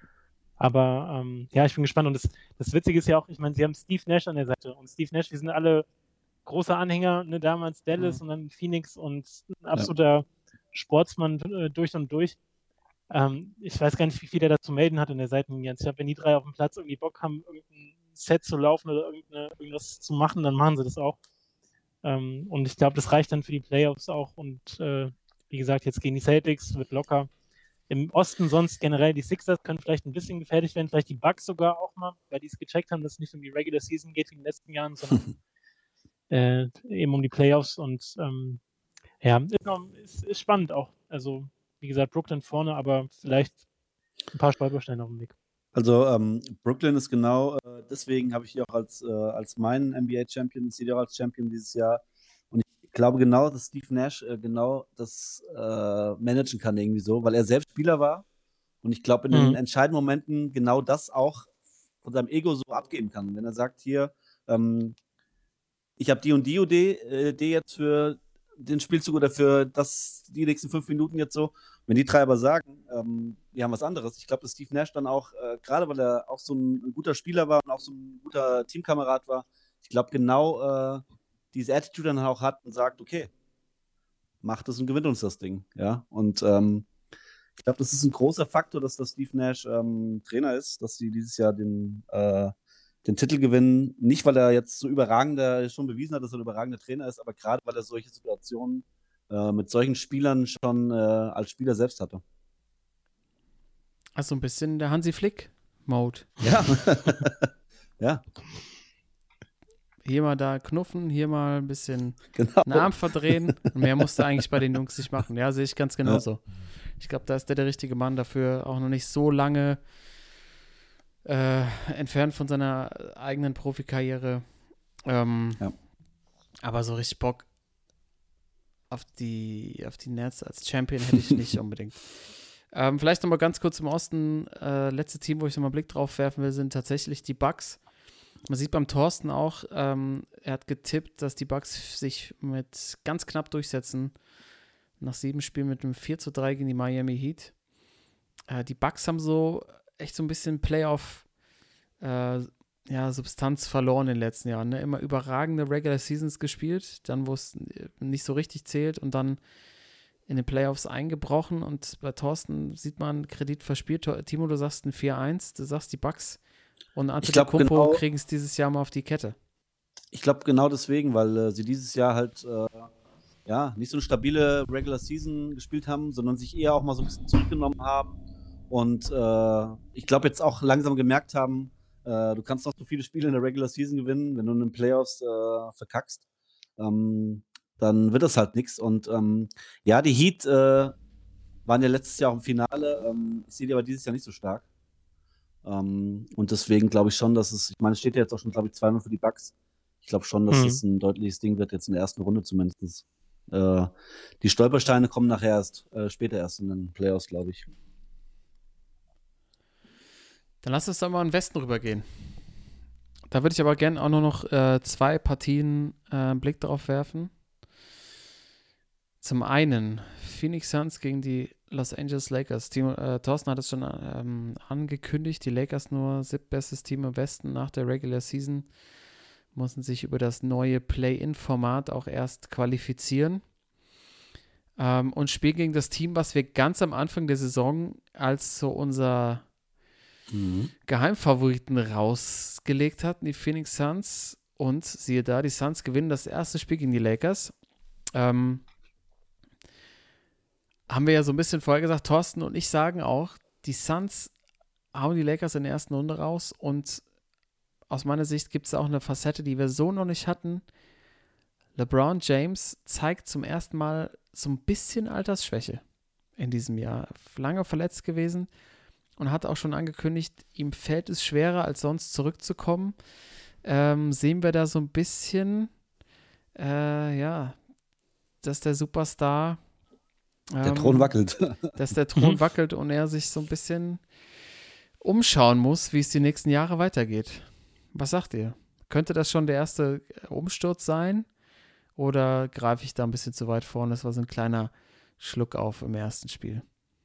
Aber ja, ich bin gespannt. Und das Witzige ist ja auch, ich meine, sie haben Steve Nash an der Seite. Und Steve Nash, wir sind alle große Anhänger, ne, damals Dallas und dann Phoenix und ein absoluter Sportsmann durch und durch. Ich weiß gar nicht, wie viel der da zu melden hat in der Seitenlinie. Ich glaube, wenn die 3 auf dem Platz irgendwie Bock haben, irgendein Set zu laufen oder irgendwas zu machen, dann machen sie das auch. Und ich glaube, das reicht dann für die Playoffs auch. Und wie gesagt, jetzt gegen die Celtics wird locker. Im Osten sonst generell die Sixers können vielleicht ein bisschen gefährlich werden, vielleicht die Bucks sogar auch mal, weil die es gecheckt haben, dass es nicht um die Regular Season geht wie in den letzten Jahren, sondern eben um die Playoffs. Und ja, ist spannend auch. Also wie gesagt, Brooklyn vorne, aber vielleicht ein paar Stolpersteine auf dem Weg. Also Brooklyn ist genau, deswegen habe ich die auch als meinen NBA-Champion, sehe die auch als Champion dieses Jahr. Und ich glaube genau, dass Steve Nash genau das managen kann irgendwie so, weil er selbst Spieler war und ich glaube in den entscheidenden Momenten genau das auch von seinem Ego so abgeben kann. Wenn er sagt, hier, ich habe die und die Idee jetzt für den Spielzug oder für die nächsten 5 Minuten jetzt so. Wenn die 3 aber sagen, wir haben was anderes, ich glaube, dass Steve Nash dann auch, gerade weil er auch so ein guter Spieler war und auch so ein guter Teamkamerad war, ich glaube genau diese Attitude dann auch hat und sagt, okay, macht es und gewinnt uns das Ding. Ja, und ich glaube, das ist ein großer Faktor, dass das Steve Nash Trainer ist, dass sie dieses Jahr den Titel gewinnen. Nicht, weil er jetzt so überragender schon bewiesen hat, dass er ein überragender Trainer ist, aber gerade, weil er solche Situationen mit solchen Spielern schon als Spieler selbst hatte. Also ein bisschen der Hansi Flick-Mode. Ja. Ja, Hier mal da knuffen, hier mal ein bisschen genau. einen Arm verdrehen. Und mehr musste eigentlich bei den Jungs nicht machen. Ja, sehe ich ganz genauso. Ich glaube, da ist der richtige Mann dafür. Auch noch nicht so lange entfernt von seiner eigenen Profikarriere. Aber so richtig Bock auf die Nets als Champion hätte ich nicht unbedingt. Vielleicht nochmal ganz kurz im Osten. Letzte Team, wo ich nochmal einen Blick drauf werfen will, sind tatsächlich die Bucks. Man sieht beim Thorsten auch, er hat getippt, dass die Bucks sich mit ganz knapp durchsetzen. Nach 7 Spielen mit einem 4:3 gegen die Miami Heat. Die Bucks haben so echt so ein bisschen Substanz verloren in den letzten Jahren. Ne? Immer überragende Regular Seasons gespielt, dann wo es nicht so richtig zählt und dann in den Playoffs eingebrochen. Und bei Thorsten sieht man Kredit verspielt. Timo, du sagst ein 4-1, du sagst die Bucks und Antetokounmpo kriegen es dieses Jahr mal auf die Kette. Ich glaube genau deswegen, weil sie dieses Jahr halt nicht so eine stabile Regular Season gespielt haben, sondern sich eher auch mal so ein bisschen zurückgenommen haben und ich glaube jetzt auch langsam gemerkt haben, du kannst noch so viele Spiele in der Regular Season gewinnen, wenn du in den Playoffs verkackst, dann wird das halt nichts. Und die Heat waren ja letztes Jahr auch im Finale, ich sehe die aber dieses Jahr nicht so stark. Und deswegen glaube ich schon, dass es steht ja jetzt auch schon, glaube ich, 2-0 für die Bucks. Ich glaube schon, dass es ein deutliches Ding wird, jetzt in der ersten Runde zumindest. Die Stolpersteine kommen nachher später erst in den Playoffs, glaube ich. Dann lass uns doch mal in den Westen rübergehen. Da würde ich aber gerne auch nur noch 2 Partien einen Blick drauf werfen. Zum einen Phoenix Suns gegen die Los Angeles Lakers. Thorsten hat es schon angekündigt, die Lakers nur 7. bestes Team im Westen nach der Regular Season, mussten sich über das neue Play-In-Format auch erst qualifizieren und spielen gegen das Team, was wir ganz am Anfang der Saison als so unser Geheimfavoriten rausgelegt hatten, die Phoenix Suns. Und siehe da, die Suns gewinnen das erste Spiel gegen die Lakers. Haben wir ja so ein bisschen vorher gesagt, Thorsten und ich sagen auch, die Suns hauen die Lakers in der ersten Runde raus und aus meiner Sicht gibt es auch eine Facette, die wir so noch nicht hatten. LeBron James zeigt zum ersten Mal so ein bisschen Altersschwäche in diesem Jahr. Lange verletzt gewesen und hat auch schon angekündigt, ihm fällt es schwerer als sonst zurückzukommen. Sehen wir da so ein bisschen, dass der Superstar der Thron wackelt. Dass der Thron wackelt und er sich so ein bisschen umschauen muss, wie es die nächsten Jahre weitergeht. Was sagt ihr? Könnte das schon der erste Umsturz sein? Oder greife ich da ein bisschen zu weit vor? Das war so ein kleiner Schluck auf im ersten Spiel.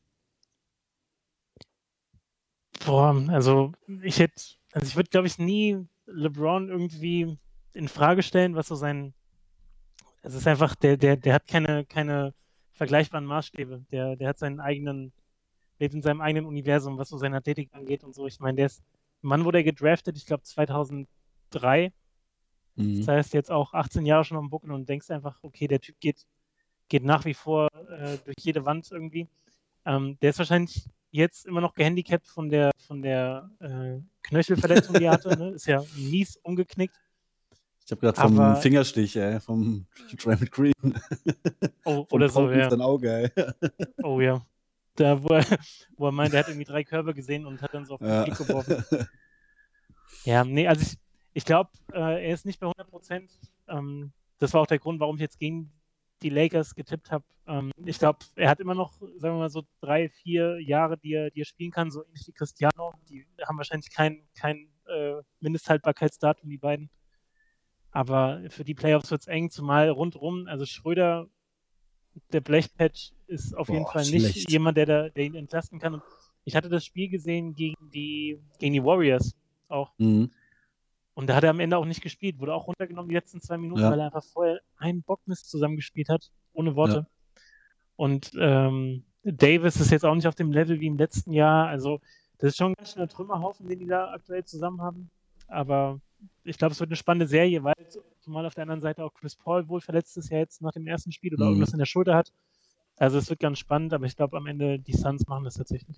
Also ich würde, glaube ich, nie LeBron irgendwie in Frage stellen, was so es ist einfach, der hat keine vergleichbaren Maßstäbe. Der hat lebt in seinem eigenen Universum, was so seine Athletik angeht und so. Ich meine, Mann wurde er gedraftet, ich glaube 2003. Das heißt, jetzt auch 18 Jahre schon am Buckel und denkst einfach, okay, der Typ geht nach wie vor durch jede Wand irgendwie. Der ist wahrscheinlich jetzt immer noch gehandicapt von der Knöchelverletzung, die er hatte. Ne? Ist ja mies umgeknickt. Ich habe gerade vom Fingerstich, vom Draymond Green. Oh, oder so, ja. Sein Auge, Oh ja. Da, wo er meint, er hat irgendwie 3 Körbe gesehen und hat dann so auf den Blick geworfen. Ja, nee, also ich glaube, er ist nicht bei 100%. Das war auch der Grund, warum ich jetzt gegen die Lakers getippt habe. Ich glaube, er hat immer noch, sagen wir mal, so 3, 4 Jahre, die er spielen kann, so ähnlich wie Cristiano. Die haben wahrscheinlich kein Mindesthaltbarkeitsdatum, die beiden. Aber für die Playoffs wird es eng, zumal rundrum, also Schröder, der Blechpatch, ist auf jeden Fall nicht jemand, der ihn entlasten kann. Und ich hatte das Spiel gesehen gegen die Warriors auch. Und Und da hat er am Ende auch nicht gespielt, wurde auch runtergenommen die letzten 2 Minuten, Ja. weil er einfach vorher einen Bockmist zusammengespielt hat, ohne Ja. Worte. Und Davis ist jetzt auch nicht auf dem Level wie im letzten Jahr. Also das ist schon ein ganz schöner Trümmerhaufen, den die da aktuell zusammen haben. Aber ich glaube, es wird eine spannende Serie, weil zumal auf der anderen Seite auch Chris Paul wohl verletzt ist ja jetzt nach dem ersten Spiel oder irgendwas in der Schulter hat. Also es wird ganz spannend, aber ich glaube am Ende die Suns machen das tatsächlich.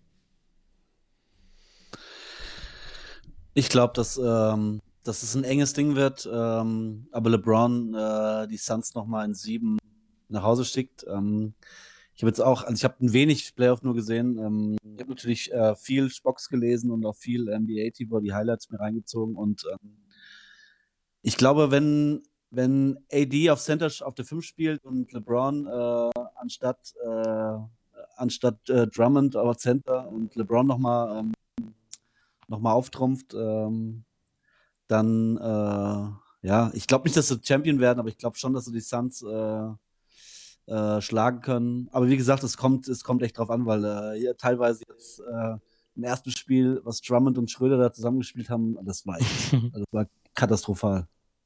Ich glaube, dass es ein enges Ding wird, aber LeBron die Suns nochmal in 7 nach Hause schickt. Ich habe jetzt auch, also ich habe ein wenig Playoff nur gesehen. Ich habe natürlich viel Spocks gelesen und auch viel NBA TV, die Highlights mir reingezogen. Und ich glaube, wenn AD auf Center auf der 5 spielt und LeBron anstatt Drummond auf Center und LeBron nochmal auftrumpft, dann, ja, ich glaube nicht, dass sie Champion werden, aber ich glaube schon, dass sie die Suns schlagen können. Aber wie gesagt, es kommt echt drauf an, weil hier teilweise jetzt im ersten Spiel, was Drummond und Schröder da zusammengespielt haben, das war echt, das war katastrophal.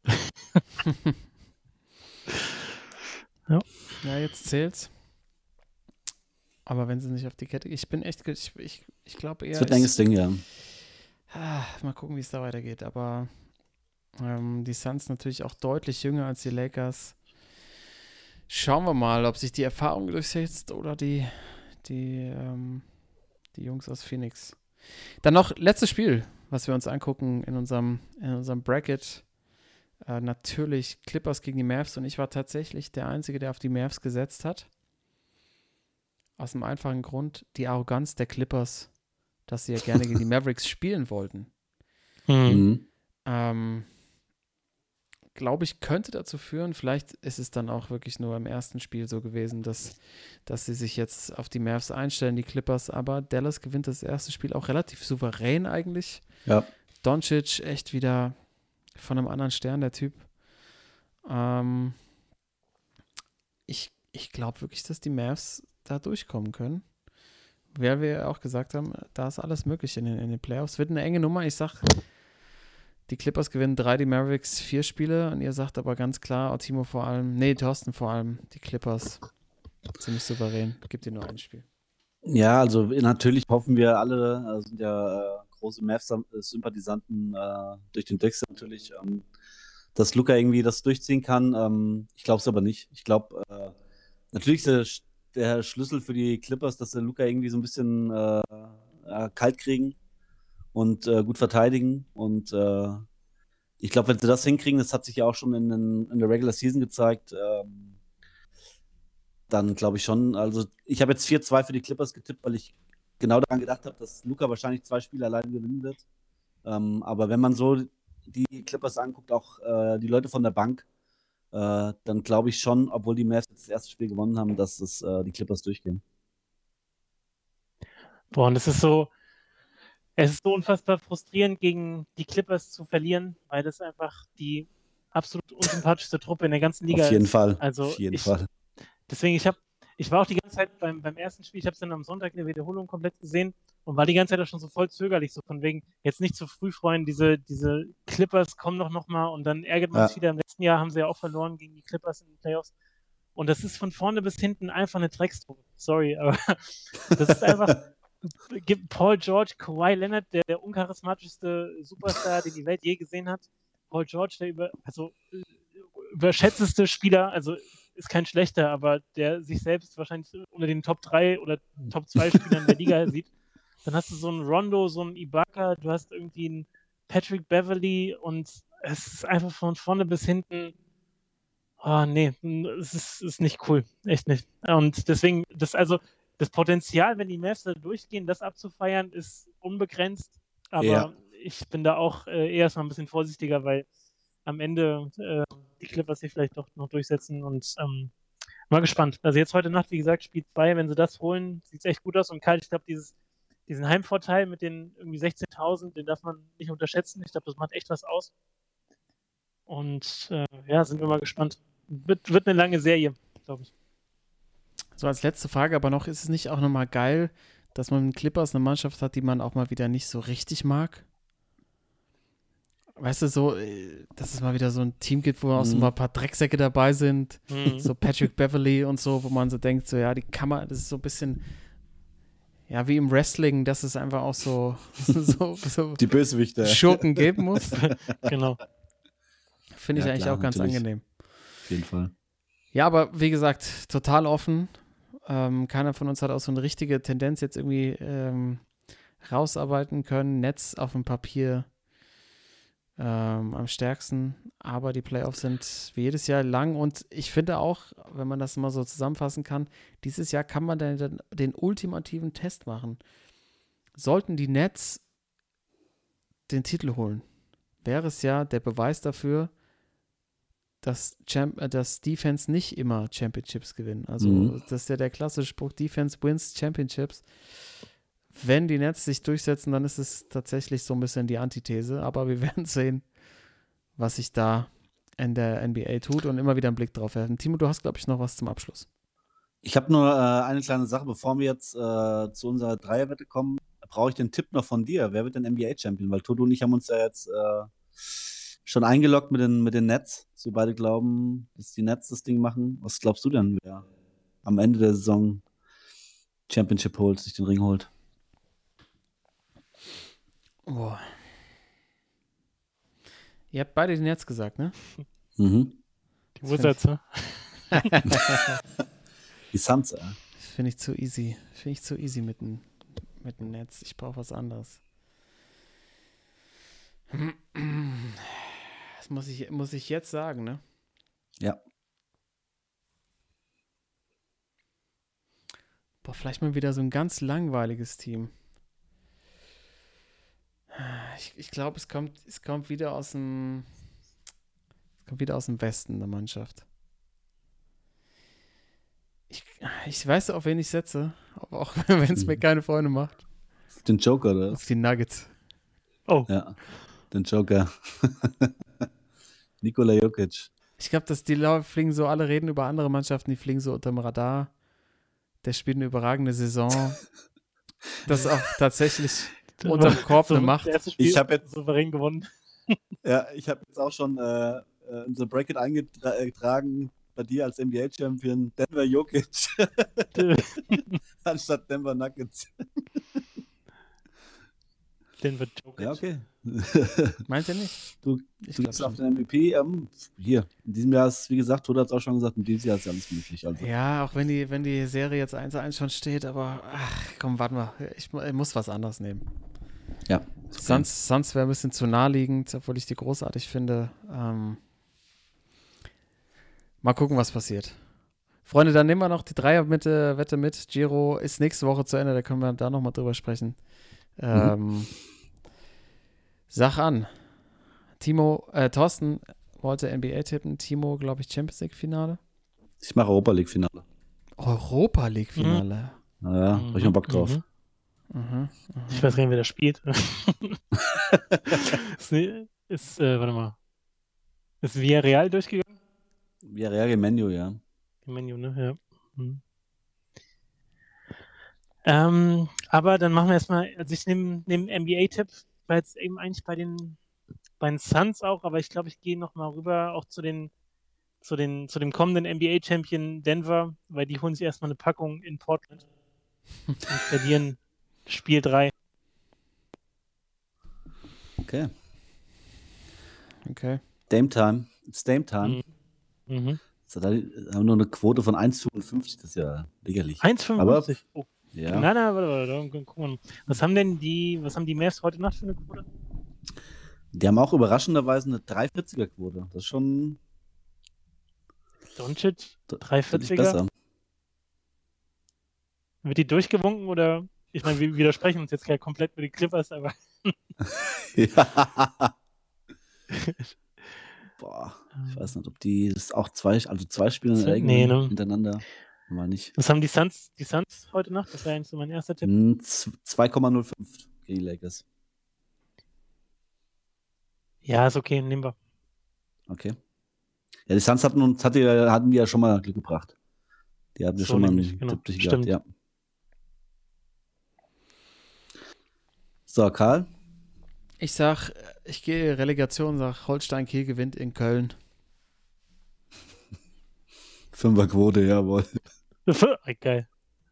Ja, jetzt zählt's. Aber wenn sie nicht auf die Kette, ich bin echt, ich glaube eher. Es wird ein enges Ding, ja. Mal gucken, wie es da weitergeht. Aber die Suns natürlich auch deutlich jünger als die Lakers. Schauen wir mal, ob sich die Erfahrung durchsetzt oder die Jungs aus Phoenix. Dann noch letztes Spiel, was wir uns angucken in unserem Bracket. Natürlich Clippers gegen die Mavs, und ich war tatsächlich der Einzige, der auf die Mavs gesetzt hat. Aus dem einfachen Grund, die Arroganz der Clippers, dass sie ja gerne gegen die Mavericks spielen wollten. Glaube ich, könnte dazu führen, vielleicht ist es dann auch wirklich nur im ersten Spiel so gewesen, dass sie sich jetzt auf die Mavs einstellen, die Clippers, aber Dallas gewinnt das erste Spiel auch relativ souverän eigentlich. Ja. Doncic echt wieder von einem anderen Stern, der Typ. Ich glaube wirklich, dass die Mavs da durchkommen können. Weil wir auch gesagt haben, da ist alles möglich in den Playoffs. Wird eine enge Nummer. Ich sag, die Clippers gewinnen 3, die Mavericks 4 Spiele, und ihr sagt aber ganz klar, Thorsten vor allem, die Clippers ziemlich souverän. Gibt ihr nur ein Spiel. Ja, also natürlich hoffen wir alle, sind ja große Mavs-Sympathisanten durch den Text natürlich, dass Luka irgendwie das durchziehen kann. Ich glaube es aber nicht. Ich glaube, natürlich ist der Schlüssel für die Clippers, dass sie Luka irgendwie so ein bisschen kalt kriegen und gut verteidigen. Und ich glaube, wenn sie das hinkriegen, das hat sich ja auch schon in der Regular Season gezeigt, dann glaube ich schon, also ich habe jetzt 4-2 für die Clippers getippt, weil ich genau daran gedacht habe, dass Luka wahrscheinlich 2 Spiele alleine gewinnen wird. Aber wenn man so die Clippers anguckt, auch die Leute von der Bank, dann glaube ich schon, obwohl die Mavs das erste Spiel gewonnen haben, dass die Clippers durchgehen. Boah, und es ist so unfassbar frustrierend, gegen die Clippers zu verlieren, weil das einfach die absolut unsympathischste Truppe in der ganzen Liga ist. Auf jeden Fall. Also Auf jeden Fall. Deswegen, ich war auch die ganze Zeit beim ersten Spiel, ich habe es dann am Sonntag in der Wiederholung komplett gesehen und war die ganze Zeit auch schon so voll zögerlich, so von wegen, jetzt nicht zu früh freuen, diese Clippers kommen doch noch mal, und dann ärgert man sich wieder. Im letzten Jahr haben sie ja auch verloren gegen die Clippers in den Playoffs. Und das ist von vorne bis hinten einfach eine Dreckstruppe. Sorry, aber das ist einfach, Paul George, Kawhi Leonard, der uncharismatischste Superstar, den die Welt je gesehen hat. Paul George, der überschätzteste Spieler, also ist kein schlechter, aber der sich selbst wahrscheinlich unter den Top 3 oder Top 2 Spielern der Liga sieht. Dann hast du so einen Rondo, so einen Ibaka, du hast irgendwie einen Patrick Beverley, und es ist einfach von vorne bis hinten, es ist nicht cool, echt nicht. Und deswegen, das Potenzial, wenn die Mavs da durchgehen, das abzufeiern, ist unbegrenzt, aber ich bin da auch eher erstmal ein bisschen vorsichtiger, weil am Ende die Clippers sich vielleicht doch noch durchsetzen, und mal gespannt. Also jetzt heute Nacht, wie gesagt, Spiel 2, wenn sie das holen, sieht es echt gut aus, und Kyle, ich glaube, diesen Heimvorteil mit den irgendwie 16.000, den darf man nicht unterschätzen. Ich glaube, das macht echt was aus. Und sind wir mal gespannt. Wird eine lange Serie, glaube ich. So, als letzte Frage aber noch, ist es nicht auch nochmal geil, dass man mit Clippers eine Mannschaft hat, die man auch mal wieder nicht so richtig mag? weißt du, so, dass es mal wieder so ein Team gibt, wo auch so mal ein paar Drecksäcke dabei sind, so Patrick Beverley und so, wo man so denkt, so, ja, die kann man, das ist so ein bisschen, ja, wie im Wrestling, dass es einfach auch so Die Bösewichte. Schurken geben muss. Genau. Finde ich Ja, eigentlich klar, auch ganz natürlich. angenehm. Auf jeden Fall. Ja, aber wie gesagt, total offen. Keiner von uns hat auch so eine richtige Tendenz jetzt irgendwie rausarbeiten können. Netz auf dem Papier am stärksten, aber die Playoffs sind wie jedes Jahr lang und ich finde auch, wenn man das mal so zusammenfassen kann, dieses Jahr kann man dann den ultimativen Test machen. Sollten die Nets den Titel holen, wäre es ja der Beweis dafür, dass Defense nicht immer Championships gewinnen. Also das ist ja der klassische Spruch, Defense wins Championships. Wenn die Nets sich durchsetzen, dann ist es tatsächlich so ein bisschen die Antithese, aber wir werden sehen, was sich da in der NBA tut und immer wieder einen Blick drauf werfen. Timo, du hast, glaube ich, noch was zum Abschluss. Ich habe nur eine kleine Sache, bevor wir jetzt zu unserer Dreierwette kommen, brauche ich den Tipp noch von dir. Wer wird denn NBA-Champion? Weil Toto und ich haben uns ja jetzt schon eingeloggt mit den Nets. Wir beide glauben, dass die Nets das Ding machen. Was glaubst du denn, wer am Ende der Saison Championship holt, sich den Ring holt? Oh. Ihr habt beide die Nets gesagt, ne? Mhm. Die Wizards, ne? Die Suns, Das finde ich zu easy. Finde ich zu easy mit dem Netz. Ich brauche was anderes. Das muss ich jetzt sagen, ne? Ja. Boah, vielleicht mal wieder so ein ganz langweiliges Team. Ich glaube, es kommt wieder aus dem Westen der Mannschaft. Ich weiß, auf wen ich setze, aber auch wenn es mir keine Freunde macht. Den Joker, oder? Auf die Nuggets. Oh, Ja, den Joker. Nikola Jokic. Ich glaube, dass die fliegen so, alle reden über andere Mannschaften, die fliegen so unterm Radar. Der spielt eine überragende Saison. Das ist auch tatsächlich unterm Korb eine Macht. Das erste Spiel Ich habe jetzt souverän gewonnen. Ja, ich habe jetzt auch schon unser Bracket eingetragen bei dir als NBA-Champion. Denver Jokic anstatt Denver Nuggets. Denver Jokic. Ja, okay. Meint ihr nicht? Du Ich gehst glaub auf schon. den MVP. Hier, in diesem Jahr ist, wie gesagt, Todd hat es auch schon gesagt, in diesem Jahr ist ja alles möglich. Also. Ja, auch wenn die Serie jetzt 1-1 schon steht, aber komm, warte mal. Ich muss was anderes nehmen. Ja. Okay. Sonst wäre ein bisschen zu naheliegend, obwohl ich die großartig finde. Mal gucken, was passiert. Freunde, dann nehmen wir noch die Dreierwette mit. Giro ist nächste Woche zu Ende, da können wir da nochmal drüber sprechen. Sag an. Thorsten wollte NBA tippen. Timo, glaube ich, Champions League-Finale. Ich mache Europa League-Finale. Europa League-Finale. Naja, hab ich noch Bock drauf. Ich weiß gar nicht, wer da spielt. Warte mal. Ist Villarreal durchgegangen? Villarreal gegen Menu, ja. Im Menü, ne? Ja. Aber dann machen wir erstmal, also ich nehme NBA-Tipp, war jetzt eben eigentlich bei den Suns auch, aber ich glaube, ich gehe nochmal rüber auch zu dem kommenden NBA-Champion Denver, weil die holen sich erstmal eine Packung in Portland und verlieren Spiel 3. Okay. Okay. Dame Time. It's Dame Time. Mhm. So, da haben wir nur eine Quote von 1,55. Das ist ja lächerlich. 1,55. Oh. Ja. Nein, warte, guck mal. Was haben die Mavs heute Nacht für eine Quote? Die haben auch überraschenderweise eine 3,40er-Quote. Das ist schon Doncic, deutlich 3,40er. besser. Wird die durchgewunken oder? Ich meine, wir widersprechen uns jetzt komplett über die Clippers, aber. Ja. Boah, ich weiß nicht, ob die das auch zwei Spiele hintereinander. Mal nicht. Was haben die Suns heute Nacht? Das wäre eigentlich so mein erster Tipp. 2,05 gegen die Lakers. Ja, ist okay, nehmen wir. Okay. Ja, die Suns hatten die ja schon mal Glück gebracht. Die hatten ja So schon mal nämlich, einen genau. Tipp durch Stimmt. gehabt, ja. So, Karl? Ich gehe Relegation, sag Holstein Kiel gewinnt in Köln. Fünferquote, jawohl. Geil.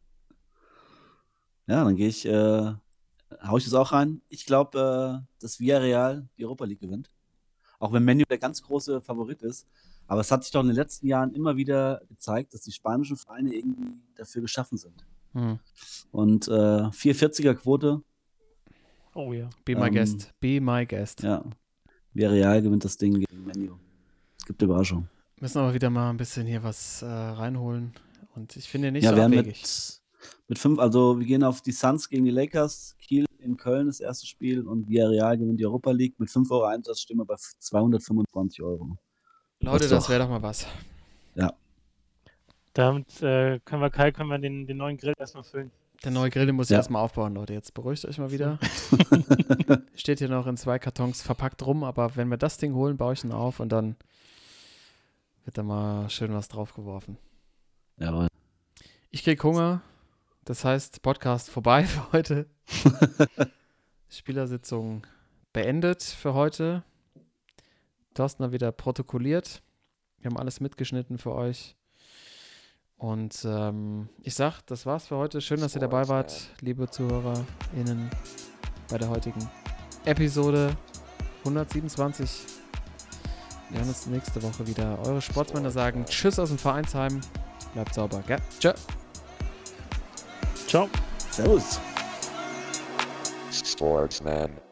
Ja, dann hau ich das auch rein. Ich glaube, dass Villarreal die Europa League gewinnt. Auch wenn Man U der ganz große Favorit ist. Aber es hat sich doch in den letzten Jahren immer wieder gezeigt, dass die spanischen Vereine irgendwie dafür geschaffen sind. Und 440er Quote. Oh ja. Be my guest. Be my guest. Ja. Villarreal gewinnt das Ding gegen Man U. Es gibt Überraschung. Müssen aber wieder mal ein bisschen hier was reinholen. Und ich finde nicht Ja, so wir haben abwegig. mit 5, also wir gehen auf die Suns gegen die Lakers, Kiel in Köln das erste Spiel und Villarreal gewinnt die Europa League mit 5 Euro Einsatz, stehen wir bei 225 Euro. Leute, das wäre doch mal was. Ja. Damit können wir den neuen Grill erstmal füllen. Der neue Grill, den muss ich Ja. erstmal aufbauen, Leute. Jetzt beruhigt euch mal wieder. Steht hier noch in 2 Kartons verpackt rum, aber wenn wir das Ding holen, baue ich ihn auf und dann wird da mal schön was draufgeworfen. Jawohl. Ich krieg Hunger. Das heißt, Podcast vorbei für heute. Spielersitzung beendet für heute. Thorsten hat wieder protokolliert. Wir haben alles mitgeschnitten für euch. Und ich sag, das war's für heute. Schön, dass ihr dabei wart, liebe ZuhörerInnen, bei der heutigen Episode 127. Wir hören uns nächste Woche wieder. Eure Sportsmänner sagen Tschüss aus dem Vereinsheim. Bleibt sauber, gell? Tschö. Ciao. Servus. Sportsman.